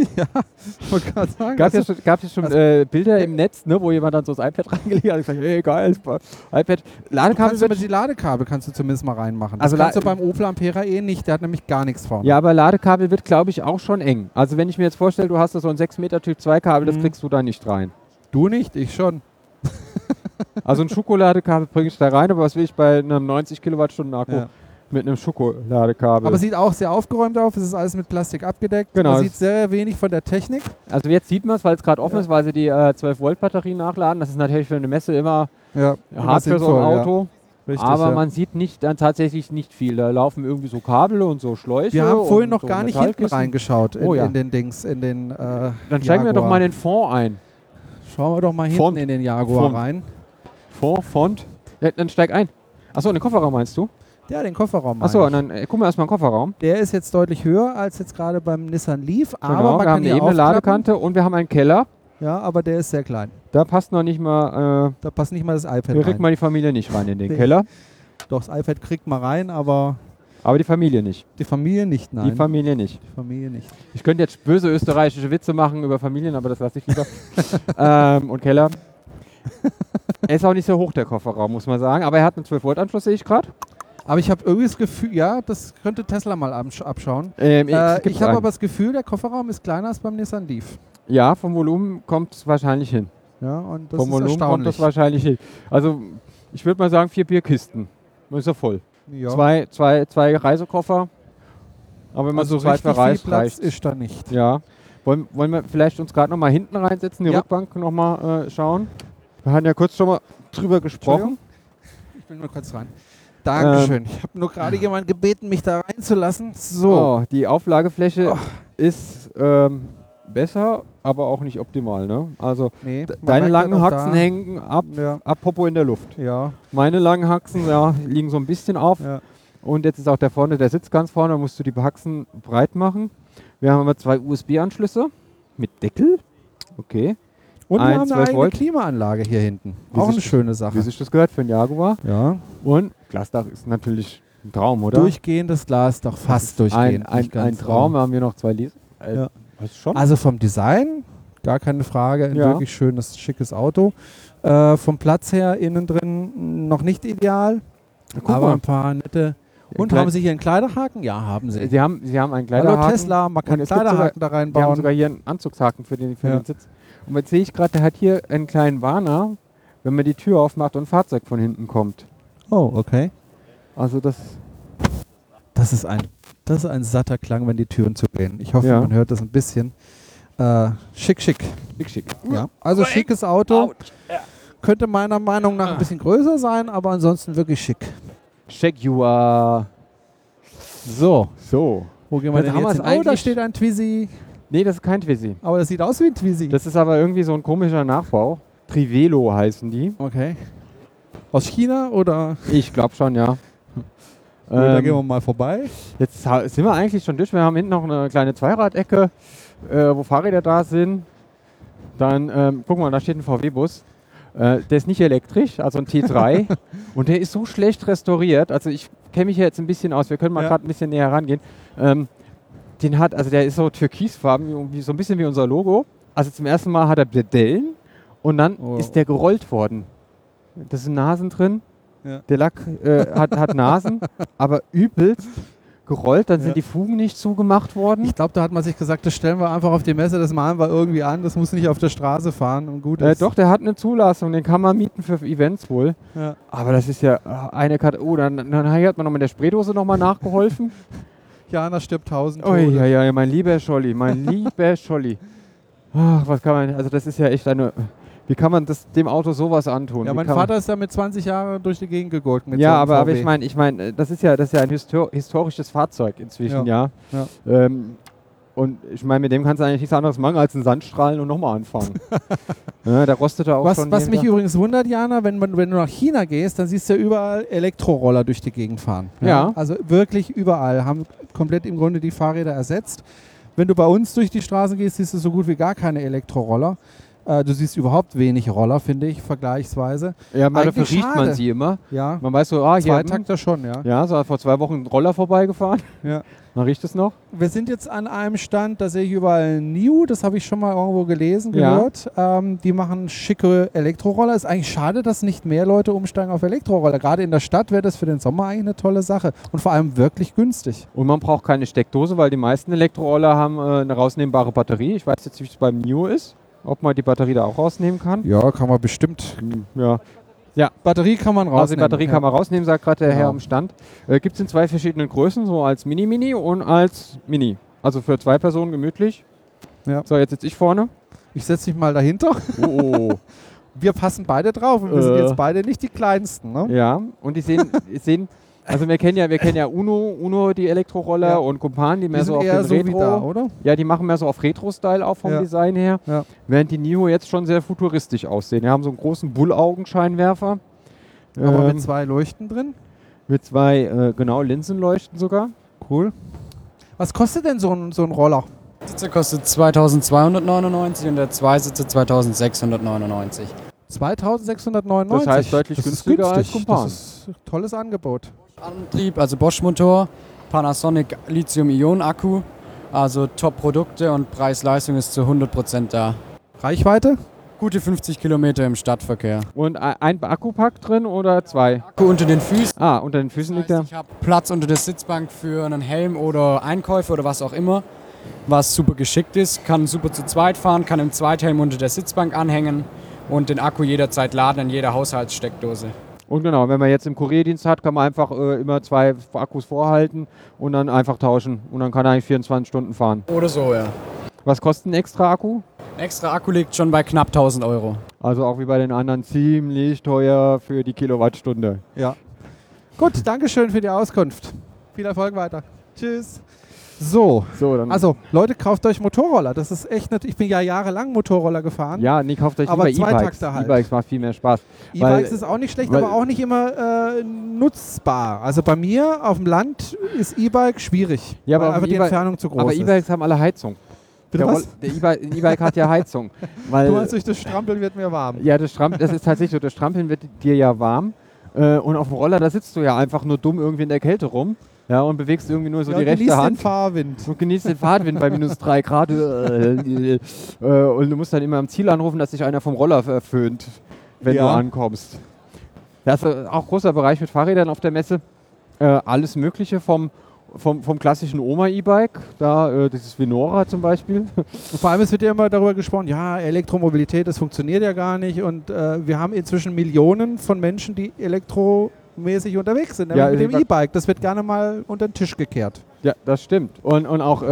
ich wollte gerade sagen. Gab das ja schon Bilder im Netz, ne, wo jemand dann so das iPad reingelegt hat und gesagt, hey, geil, iPad. Ladekabel kannst du wird, die Ladekabel kannst du zumindest mal reinmachen. Das Also kannst du La- beim Opel Ampera E nicht, der hat nämlich gar nichts vorne. ja, aber Ladekabel wird, glaube ich, auch schon eng. Also wenn ich mir jetzt vorstelle, du hast da so ein 6 Meter Typ 2 Kabel, das Mhm. kriegst du da nicht rein. Du nicht, ich schon. Also ein Schokoladekabel bringe ich da rein, aber was will ich bei einem 90 Kilowattstunden Akku Ja. mit einem Schokoladekabel? Aber sieht auch sehr aufgeräumt aus. Es ist alles mit Plastik abgedeckt. Genau. Man sieht sehr wenig von der Technik. Also jetzt sieht man es, weil es gerade offen ist, weil sie die 12-Volt-Batterien nachladen. Das ist natürlich für eine Messe immer Ja, hart für so ein Auto. Ja. Richtig, Aber ja. man sieht dann tatsächlich nicht viel. Da laufen irgendwie so Kabel und so Schläuche. Wir haben vorhin und noch so gar nicht hinten Metallkissen. reingeschaut Oh ja. in den Dings, in den Dann steigen wir doch Jaguar. mal in den Fond ein. Schauen wir doch mal hinten Font. in den Jaguar Font. rein. Fond. Ja, dann steig ein. Achso, in den Kofferraum meinst du? Ja, den Kofferraum. Achso, meine und dann gucken wir erstmal in den Kofferraum. ich. Der ist jetzt deutlich höher als jetzt gerade beim Nissan Leaf, aber Genau, man wir kann haben hier eine ebene aufklappen. Ladekante und wir haben einen Keller. Ja, aber der ist sehr klein. Da passt noch nicht mal, Da passt nicht mal das iPad hier kriegt rein. mal die Familie nicht rein in den Nee. Keller. Doch, das iPad kriegt man rein, aber Aber die Familie nicht. die Familie nicht, nein. Die Familie nicht. Die Familie nicht. Ich könnte jetzt böse österreichische Witze machen über Familien, aber das lasse ich lieber. Und Keller. Er ist auch nicht so hoch, der Kofferraum, muss man sagen. Aber er hat einen 12-Volt-Anschluss, sehe ich gerade. Aber ich habe irgendwie das Gefühl, ja, das könnte Tesla mal abschauen. Ich Ich habe aber das Gefühl, der Kofferraum ist kleiner als beim Nissan Leaf. Ja, vom Volumen kommt es wahrscheinlich hin. Ja, und das Vom ist Volumen kommt erstaunlich. das wahrscheinlich hin. Also, ich würde mal sagen, 4 Bierkisten. Dann ist er voll. ja. Zwei Reisekoffer. Aber wenn man Also so weit richtig verreist, viel Platz reicht. ist da nicht. Ja. Wollen wir vielleicht uns gerade nochmal hinten reinsetzen, die Ja. Rückbank nochmal schauen? Wir hatten ja kurz schon mal drüber gesprochen. Ich will nur kurz rein. Dankeschön. Ich habe nur gerade jemanden gebeten, mich da reinzulassen. So. Oh, die Auflagefläche ist besser, aber auch nicht optimal. Ne? Also Nee, man deine merkt langen halt auch Haxen da- hängen ab Ja, Popo in der Luft. ja, Meine langen Haxen liegen so ein bisschen auf. ja. Und jetzt ist auch der Sitz ganz vorne, da musst du die Haxen breit machen. Wir haben aber 2 USB-Anschlüsse mit Deckel. Okay. Und wir haben eine 12 eigene Volt. Klimaanlage hier hinten. Wie Auch eine sich- schöne Wie Sache. sich das gehört für einen Jaguar. Ja. Und Glasdach ist natürlich ein Traum, oder? Durchgehendes Glas, doch fast durchgehend. Ein nicht ganz, Traum. aber- Wir haben hier noch 2 Lies. Ja. Was schon? Also vom Design, gar keine Frage, ein Ja. wirklich schönes, schickes Auto. Vom Platz her innen drin noch nicht ideal, Guck aber mal. ein paar nette. Und Kleid- haben Sie hier einen Kleiderhaken? Ja, haben Sie. Sie haben einen Hallo Kleiderhaken. Tesla, man kann Und es gibt Kleiderhaken da Wir haben reinbauen. sogar hier einen Anzugshaken für den Ja. Sitz. Und jetzt sehe ich gerade, der hat hier einen kleinen Warner, wenn man die Tür aufmacht und ein Fahrzeug von hinten kommt. Oh, okay. Also das... Das ist ein satter Klang, wenn die Türen zugehen. Ich hoffe, Ja. man hört das ein bisschen. Schick. Schick. Ja. Also schickes Auto. Könnte meiner Meinung nach ein bisschen größer sein, aber ansonsten wirklich schick. Jaguar. So, So. wo gehen wir Jetzt denn haben jetzt wir's hin? Oh, da eigentlich- steht ein Twizy. Nee, das ist kein Twizy. Aber das sieht aus wie ein Twizy. Das ist aber irgendwie so ein komischer Nachbau. Trivelo heißen die. Okay. Aus China oder? Ich glaube schon, ja. Da gehen wir mal vorbei. Jetzt sind wir eigentlich schon durch. Wir haben hinten noch eine kleine Zweiradecke, wo Fahrräder da sind. Dann, guck mal, da steht ein VW-Bus. Der ist nicht elektrisch, also ein T3. Und der ist so schlecht restauriert. Also ich kenne mich hier jetzt ein bisschen aus. Wir können mal Ja. gerade ein bisschen näher rangehen. Der ist so türkisfarben, so ein bisschen wie unser Logo. Also zum ersten Mal hat er Dellen und dann Oh. ist der gerollt worden. Da sind Nasen drin. Ja. Der Lack hat Nasen, aber übelst gerollt. Dann Ja. sind die Fugen nicht zugemacht worden. Ich glaube, da hat man sich gesagt, das stellen wir einfach auf die Messe, das malen wir irgendwie an, das muss nicht auf der Straße fahren und gut ist. Doch, der hat eine Zulassung, den kann man mieten für Events wohl. Ja. Aber das ist ja eine Karte. Oh, dann hat man noch mit der Spraydose nochmal nachgeholfen. Jana stirbt 1000 Oh Tode. ja, mein lieber Scholli, mein lieber Scholli. Ach, was kann man, also das ist ja echt wie kann man dem Auto sowas antun? Ja, Wie mein kann Vater ist ja mit 20 Jahren durch die Gegend gegurkt. Mit Ja, so einem aber VW. ich meine, das ist ja ein historisches Fahrzeug inzwischen, ja. Ja. Und ich meine, mit dem kannst du eigentlich nichts anderes machen als einen Sandstrahlen und nochmal anfangen. Ja, der rostet da auch schon. Was mich wieder. übrigens wundert, Jana, wenn du nach China gehst, dann siehst du ja überall Elektroroller durch die Gegend fahren. Ja. Also wirklich überall. Haben komplett im Grunde die Fahrräder ersetzt. Wenn du bei uns durch die Straßen gehst, siehst du so gut wie gar keine Elektroroller. Du siehst überhaupt wenig Roller, finde ich, vergleichsweise. Ja, dafür eigentlich riecht man schade. sie immer. Ja, Man weiß so, hier, Zweitakter schon, ja. ja, so hat vor 2 Wochen ein Roller vorbeigefahren. Ja. Man riecht es noch. Wir sind jetzt an einem Stand, da sehe ich überall New, das habe ich schon mal irgendwo gelesen, Ja. gehört. Die machen schicke Elektroroller. Ist eigentlich schade, dass nicht mehr Leute umsteigen auf Elektroroller. Gerade in der Stadt wäre das für den Sommer eigentlich eine tolle Sache. Und vor allem wirklich günstig. Und man braucht keine Steckdose, weil die meisten Elektroroller haben eine rausnehmbare Batterie. Ich weiß jetzt nicht, wie es beim New ist. Ob man die Batterie da auch rausnehmen kann. Ja, kann man bestimmt. Ja, Batterie kann man rausnehmen. also die Batterie kann man rausnehmen, sagt gerade der Genau. Herr am Stand. Gibt es in 2 verschiedenen Größen, so als Mini-Mini und als Mini. Also für 2 Personen gemütlich. Ja. So, jetzt sitze ich vorne. Ich setze mich mal dahinter. Oh. Wir passen beide drauf und wir sind jetzt beide nicht die Kleinsten. Ne? Ja, und die sehen also wir kennen ja Uno die Elektroroller Ja. und Kumpan, die mehr Die so sind auf eher den so Retro. wie da, oder? Ja, die machen mehr so auf Retro-Style auch vom Ja. Design her. Ja. Während die NIO jetzt schon sehr futuristisch aussehen. Die haben so einen großen Bullaugenscheinwerfer. Aber mit 2 Leuchten drin. Mit 2, Linsenleuchten sogar. Cool. Was kostet denn so ein Roller? Der Sitzer kostet 2.299 und der Zweisitzer 2.699. 2699. Das heißt deutlich Das ist günstiger als günstig. Kumpan. Das ist ein tolles Angebot. Antrieb, also Bosch-Motor, Panasonic Lithium-Ionen-Akku, also Top-Produkte und Preis-Leistung ist zu 100% da. Reichweite? Gute 50 Kilometer im Stadtverkehr. Und ein Akkupack drin oder 2? Akku unter den Füßen. Unter den Füßen liegt der. Ich habe Platz unter der Sitzbank für einen Helm oder Einkäufe oder was auch immer, was super geschickt ist. Kann super zu zweit fahren, kann im Zweithelm unter der Sitzbank anhängen und den Akku jederzeit laden in jeder Haushaltssteckdose. Und genau, wenn man jetzt im Kurierdienst hat, kann man einfach immer 2 Akkus vorhalten und dann einfach tauschen. Und dann kann er eigentlich 24 Stunden fahren. Oder so, ja. Was kostet ein extra Akku? Ein extra Akku liegt schon bei knapp 1.000 Euro. Also auch wie bei den anderen ziemlich teuer für die Kilowattstunde. Ja. Gut, Dankeschön für die Auskunft. Viel Erfolg weiter. Tschüss. So, dann also Leute, kauft euch Motorroller. Das ist echt nett. Ich bin ja jahrelang Motorroller gefahren. ja, nee, kauft euch Aber lieber E-Bikes. Zweitakter halt. E-Bikes macht viel mehr Spaß. E-Bikes ist auch nicht schlecht, weil- aber auch nicht immer nutzbar. Also bei mir auf dem Land ist E-Bike schwierig, Ja, aber weil auf einfach die E-Bike- Entfernung zu groß Aber ist. E-Bikes haben alle Heizung. Bitte was? Ein E-Bike hat ja Heizung. Weil, Du meinst, durch das Strampeln wird mir warm. ja, das ist tatsächlich so, das Strampeln wird dir ja warm. Und auf dem Roller, da sitzt du ja einfach nur dumm irgendwie in der Kälte rum. Ja, und bewegst irgendwie nur so die rechte genießt Hand. den Fahrwind. Und genießt den Fahrtwind bei minus 3 Grad. Und du musst dann immer am Ziel anrufen, dass sich einer vom Roller föhnt, wenn Ja. du ankommst. Das ist auch großer Bereich mit Fahrrädern auf der Messe. Alles Mögliche vom klassischen Oma-E-Bike, dieses Venora zum Beispiel. Und vor allem es wird ja immer darüber gesprochen, ja, Elektromobilität, das funktioniert ja gar nicht. Und wir haben inzwischen Millionen von Menschen, die elektromäßig unterwegs sind, Ja, nämlich mit dem ich- E-Bike. Das wird gerne mal unter den Tisch gekehrt. Ja, das stimmt. Und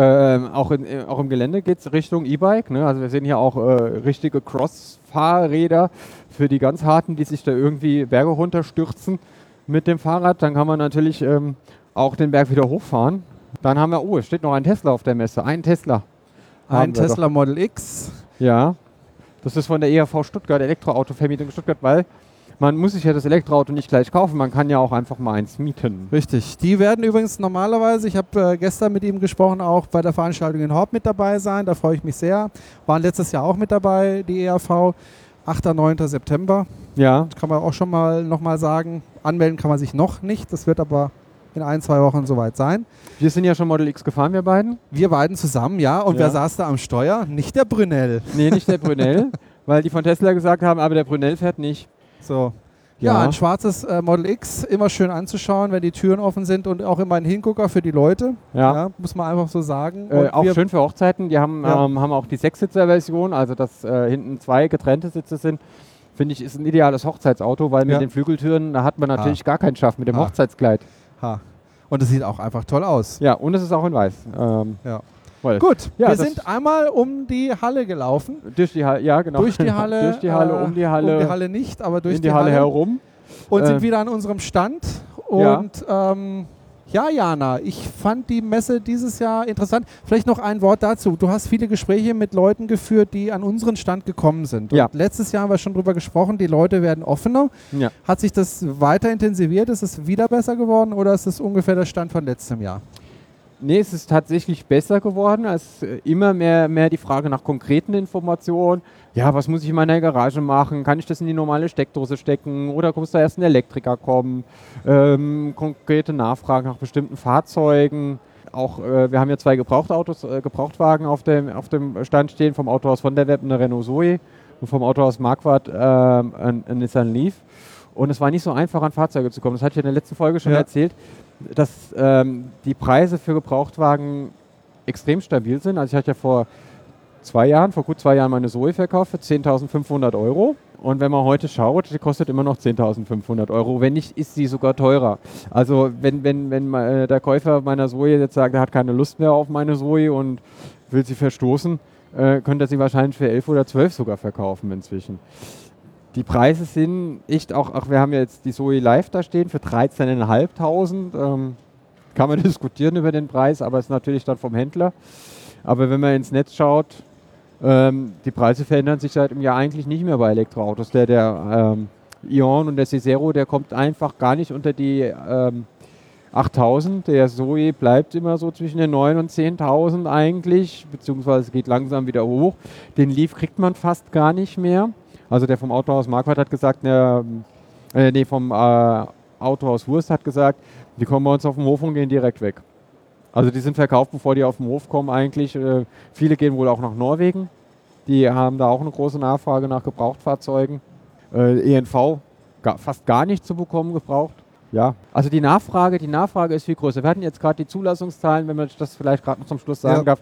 auch im Gelände geht es Richtung E-Bike. Ne? Also wir sehen hier auch richtige Cross-Fahrräder für die ganz Harten, die sich da irgendwie Berge runterstürzen mit dem Fahrrad. Dann kann man natürlich auch den Berg wieder hochfahren. Dann haben wir, es steht noch ein Tesla auf der Messe. Ein Tesla. Ein haben wir Tesla Model X. doch. Ja, das ist von der ERV Stuttgart, Elektroautovermietung Stuttgart, weil man muss sich ja das Elektroauto nicht gleich kaufen, man kann ja auch einfach mal eins mieten. Richtig. Die werden übrigens normalerweise, ich habe gestern mit ihm gesprochen, auch bei der Veranstaltung in Horb mit dabei sein. Da freue ich mich sehr. Waren letztes Jahr auch mit dabei, die ERV. 8. 9. September. Ja, Das kann man auch schon mal nochmal sagen. Anmelden kann man sich noch nicht. Das wird aber in 1-2 Wochen soweit sein. wir sind ja schon Model X gefahren, wir beiden. Wir beiden zusammen, ja. Und Ja. wer saß da am Steuer? Nicht der Brunel. Nee, nicht der Brunel, weil die von Tesla gesagt haben, aber der Brunel fährt nicht. So. Ja, Ja. ein schwarzes Model X, immer schön anzuschauen, wenn die Türen offen sind und auch immer ein Hingucker für die Leute. Ja. Muss man einfach so sagen. Und Auch wir- schön für Hochzeiten. Die haben, Ja. haben auch die 6-Sitzer-Version, also dass hinten 2 getrennte Sitze sind. Finde ich, ist ein ideales Hochzeitsauto, weil mit Ja. den Flügeltüren, da hat man natürlich gar keinen Schaff mit dem Ah. Hochzeitskleid. Ha. Und es sieht auch einfach toll aus. Ja, und es ist auch in weiß. Ja. Voll. Gut, Ja, wir das- sind einmal um die Halle gelaufen. Durch die Halle, ja genau. Durch die Halle. Durch die Halle, um die Halle, Um die Halle nicht, aber durch in die Halle herum. Und sind Äh, wieder an unserem Stand. Ja. Und ja, Jana, ich fand die Messe dieses Jahr interessant. Vielleicht noch ein Wort dazu. Du hast viele Gespräche mit Leuten geführt, die an unseren Stand gekommen sind. Ja. Und letztes Jahr haben wir schon drüber gesprochen, die Leute werden offener. Ja. Hat sich das weiter intensiviert? Ist es wieder besser geworden oder ist es ungefähr der Stand von letztem Jahr? Nee, es ist tatsächlich besser geworden, als immer mehr die Frage nach konkreten Informationen. Ja, was muss ich in meiner Garage machen? Kann ich das in die normale Steckdose stecken? Oder muss da erst ein Elektriker kommen? Konkrete Nachfragen nach bestimmten Fahrzeugen. Auch, wir haben ja 2 Gebrauchtwagen auf dem Stand stehen, vom Autohaus von der Web eine Renault Zoe und vom Autohaus Marquardt ein Nissan Leaf. Und es war nicht so einfach, an Fahrzeuge zu kommen. Das hatte ich in der letzten Folge schon Ja. erzählt, dass die Preise für Gebrauchtwagen extrem stabil sind. Also ich hatte ja vor gut 2 Jahren meine Zoe verkauft für 10.500 €. Und wenn man heute schaut, die kostet immer noch 10.500 €. Wenn nicht, ist sie sogar teurer. Also wenn der Käufer meiner Zoe jetzt sagt, er hat keine Lust mehr auf meine Zoe und will sie verstoßen, könnte er sie wahrscheinlich für 11 oder 12 sogar verkaufen inzwischen. Die Preise sind echt auch wir haben ja jetzt die Zoe Live da stehen für 13.500. Kann man diskutieren über den Preis, aber ist natürlich dann vom Händler. Aber wenn man ins Netz schaut, die Preise verändern sich seit einem Jahr eigentlich nicht mehr bei Elektroautos. Der Ion und der Cicero, der kommt einfach gar nicht unter die 8.000. Der Zoe bleibt immer so zwischen den 9.000 und 10.000 eigentlich, beziehungsweise geht langsam wieder hoch. Den Leaf kriegt man fast gar nicht mehr. Also der vom Autohaus Marquardt hat gesagt, vom Autohaus Wurst hat gesagt, die kommen bei uns auf den Hof und gehen direkt weg. Also die sind verkauft, bevor die auf den Hof kommen eigentlich. Viele gehen wohl auch nach Norwegen. Die haben da auch eine große Nachfrage nach Gebrauchtfahrzeugen. ENV fast gar nicht zu bekommen gebraucht. Ja, also die Nachfrage ist viel größer. Wir hatten jetzt gerade die Zulassungszahlen, wenn man das vielleicht gerade noch zum Schluss sagen darf.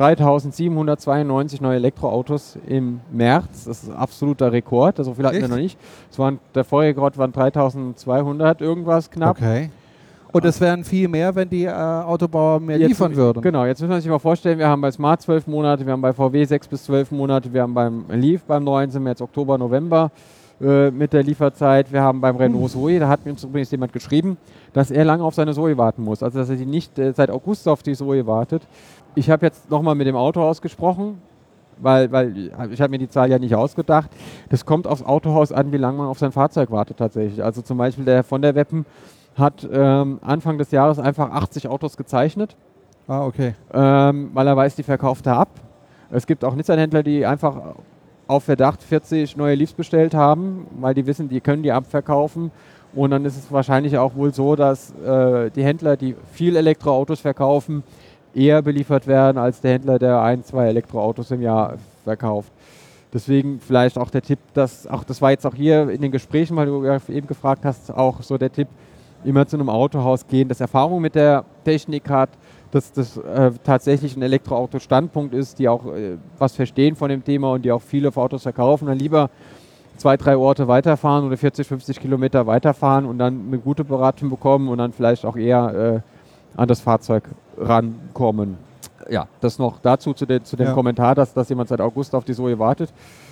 3.792 neue Elektroautos im März. Das ist ein absoluter Rekord. So viel hatten wir Echt? noch nicht. Der vorherige Rekord waren 3.200 irgendwas knapp. Okay. Und es wären viel mehr, wenn die Autobauer mehr liefern würden. Genau, jetzt müssen wir sich mal vorstellen, wir haben bei Smart 12 Monate, wir haben bei VW 6 bis 12 Monate, wir haben beim Leaf beim neuen sind wir jetzt Oktober, November. mit der Lieferzeit. Wir haben beim Renault Zoe, da hat mir uns übrigens jemand geschrieben, dass er lange auf seine Zoe warten muss. Also dass er die nicht seit August auf die Zoe wartet. Ich habe jetzt nochmal mit dem Autohaus gesprochen, weil ich habe mir die Zahl ja nicht ausgedacht. Das kommt aufs Autohaus an, wie lange man auf sein Fahrzeug wartet tatsächlich. Also zum Beispiel der von der Weppen hat Anfang des Jahres einfach 80 Autos gezeichnet. Okay. Weil er weiß, die verkauft er ab. Es gibt auch Nissan-Händler, die einfach auf Verdacht 40 neue Leafs bestellt haben, weil die wissen, die können die abverkaufen. Und dann ist es wahrscheinlich auch wohl so, dass die Händler, die viel Elektroautos verkaufen, eher beliefert werden als der Händler, der 1, 2 Elektroautos im Jahr verkauft. Deswegen vielleicht auch der Tipp, das war jetzt auch hier in den Gesprächen, weil du eben gefragt hast, auch so der Tipp, immer zu einem Autohaus gehen, das Erfahrung mit der Technik hat, dass das tatsächlich ein Elektroauto-Standpunkt ist, die auch was verstehen von dem Thema und die auch viele Autos verkaufen, dann lieber 2, 3 Orte weiterfahren oder 40, 50 Kilometer weiterfahren und dann eine gute Beratung bekommen und dann vielleicht auch eher an das Fahrzeug rankommen. Ja, das noch dazu zu dem Kommentar, dass jemand seit August auf die Zoe wartet.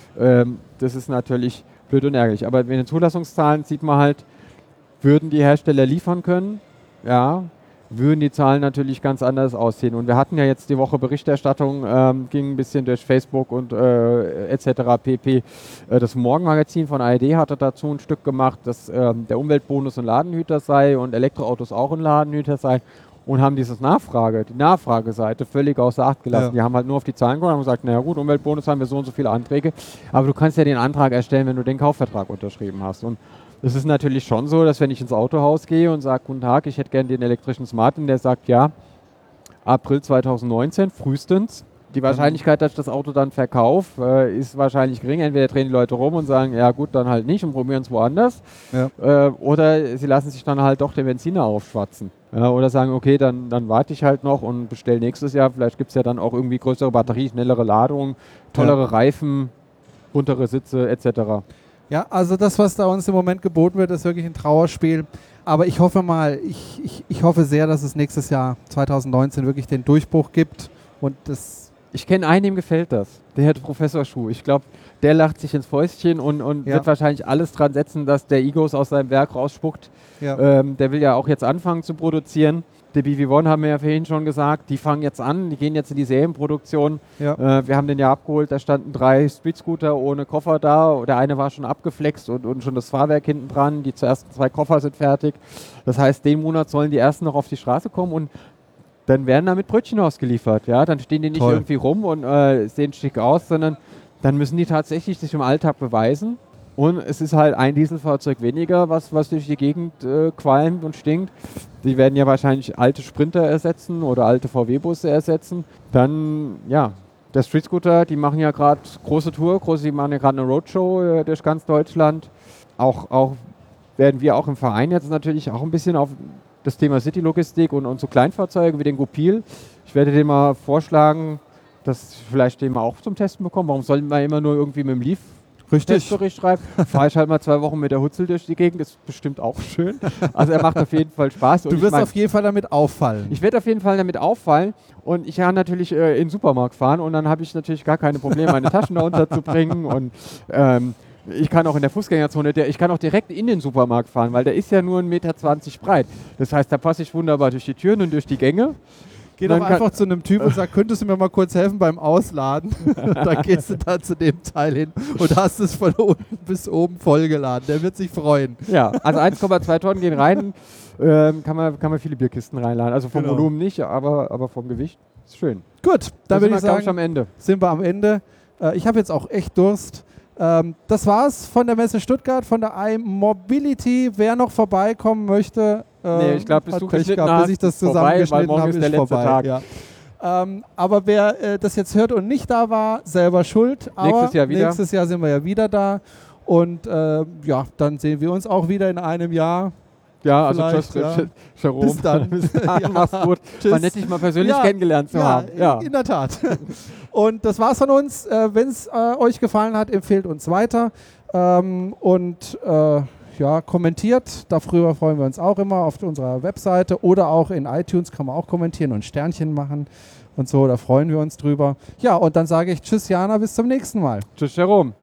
Das ist natürlich blöd und ärgerlich. Aber in den Zulassungszahlen sieht man halt, würden die Hersteller liefern können, ja, würden die Zahlen natürlich ganz anders aussehen. Und wir hatten ja jetzt die Woche Berichterstattung, ging ein bisschen durch Facebook und etc. pp. Das Morgenmagazin von ARD hatte dazu ein Stück gemacht, dass der Umweltbonus ein Ladenhüter sei und Elektroautos auch ein Ladenhüter sei. Und haben die Nachfrageseite völlig außer Acht gelassen. Ja. Die haben halt nur auf die Zahlen geguckt und haben gesagt, naja gut, Umweltbonus haben wir so und so viele Anträge, aber du kannst ja den Antrag erstellen, wenn du den Kaufvertrag unterschrieben hast. Und es ist natürlich schon so, dass wenn ich ins Autohaus gehe und sage, guten Tag, ich hätte gerne den elektrischen Smart, und der sagt, ja, April 2019, frühestens. Die Wahrscheinlichkeit, dass ich das Auto dann verkaufe, ist wahrscheinlich gering. Entweder drehen die Leute rum und sagen, ja gut, dann halt nicht und probieren es woanders. Ja. Oder sie lassen sich dann halt doch den Benziner aufschwatzen. Ja, oder sagen, okay, dann warte ich halt noch und bestelle nächstes Jahr. Vielleicht gibt es ja dann auch irgendwie größere Batterie, schnellere Ladung, tollere Reifen, buntere Sitze etc. Ja, also das, was da uns im Moment geboten wird, ist wirklich ein Trauerspiel. Aber ich hoffe mal, ich hoffe sehr, dass es nächstes Jahr 2019 wirklich den Durchbruch gibt. Und das. Ich kenne einen, dem gefällt das. Der Herr Professor Schuh. Ich glaube, der lacht sich ins Fäustchen und wird wahrscheinlich alles dran setzen, dass der Egos aus seinem Werk rausspuckt. Ja. Der will ja auch jetzt anfangen zu produzieren. Der BV1 haben wir ja vorhin schon gesagt, die fangen jetzt an, die gehen jetzt in die Serienproduktion. Ja. Wir haben den ja abgeholt, da standen 3 Street-Scooter ohne Koffer da. Der eine war schon abgeflext und schon das Fahrwerk hinten dran. Die ersten 2 Koffer sind fertig. Das heißt, den Monat sollen die ersten noch auf die Straße kommen und dann werden damit Brötchen ausgeliefert. Ja? Dann stehen die nicht irgendwie rum und sehen schick aus, sondern dann müssen die tatsächlich sich im Alltag beweisen. Und es ist halt ein Dieselfahrzeug weniger, was durch die Gegend qualmt und stinkt. Die werden ja wahrscheinlich alte Sprinter ersetzen oder alte VW-Busse ersetzen. Dann, ja, der Street Scooter, die machen ja gerade große Tour, die machen ja gerade eine Roadshow durch ganz Deutschland. Auch werden wir auch im Verein jetzt natürlich auch ein bisschen auf das Thema City-Logistik und so Kleinfahrzeuge wie den Gopil. Ich werde dem mal vorschlagen, dass vielleicht den mal auch zum Testen bekommen. Warum soll man immer nur irgendwie mit dem Leaf Testbericht schreiben? Fahre ich halt mal 2 Wochen mit der Hutzel durch die Gegend, ist bestimmt auch schön. Also er macht auf jeden Fall Spaß. Du wirst auf jeden Fall damit auffallen. Ich werde auf jeden Fall damit auffallen und ich kann natürlich in den Supermarkt fahren und dann habe ich natürlich gar keine Probleme, meine Taschen da unterzubringen und ich kann auch in der Fußgängerzone, ich kann auch direkt in den Supermarkt fahren, weil der ist ja nur 1,20 Meter breit. Das heißt, da passe ich wunderbar durch die Türen und durch die Gänge. Geh doch einfach zu einem Typ und sag, könntest du mir mal kurz helfen beim Ausladen? Dann gehst du da zu dem Teil hin und hast es von unten bis oben vollgeladen. Der wird sich freuen. Ja, also 1,2 Tonnen gehen rein, kann man viele Bierkisten reinladen. Also vom Volumen nicht, aber vom Gewicht ist schön. Gut, dann würde ich sagen, am Ende. Sind wir am Ende. Ich habe jetzt auch echt Durst. Das war's von der Messe Stuttgart, von der iMobility. Wer noch vorbeikommen möchte, ich glaube, bis du geschnitten hast, bis ich das zusammengeschnitten habe, ist der letzte Tag. Ja. Aber wer das jetzt hört und nicht da war, selber schuld. Aber nächstes Jahr sind wir ja wieder da. Und dann sehen wir uns auch wieder in einem Jahr. Ja, also tschüss, Jerome. Bis dann. Mach's gut. Tschüss. War nett, dich mal persönlich kennengelernt zu haben. Ja, in der Tat. Und das war's von uns. Wenn es euch gefallen hat, empfehlt uns weiter. Kommentiert. Darüber freuen wir uns auch immer auf unserer Webseite oder auch in iTunes kann man auch kommentieren und Sternchen machen und so. Da freuen wir uns drüber. Ja, und dann sage ich Tschüss, Jana, bis zum nächsten Mal. Tschüss, Jerome.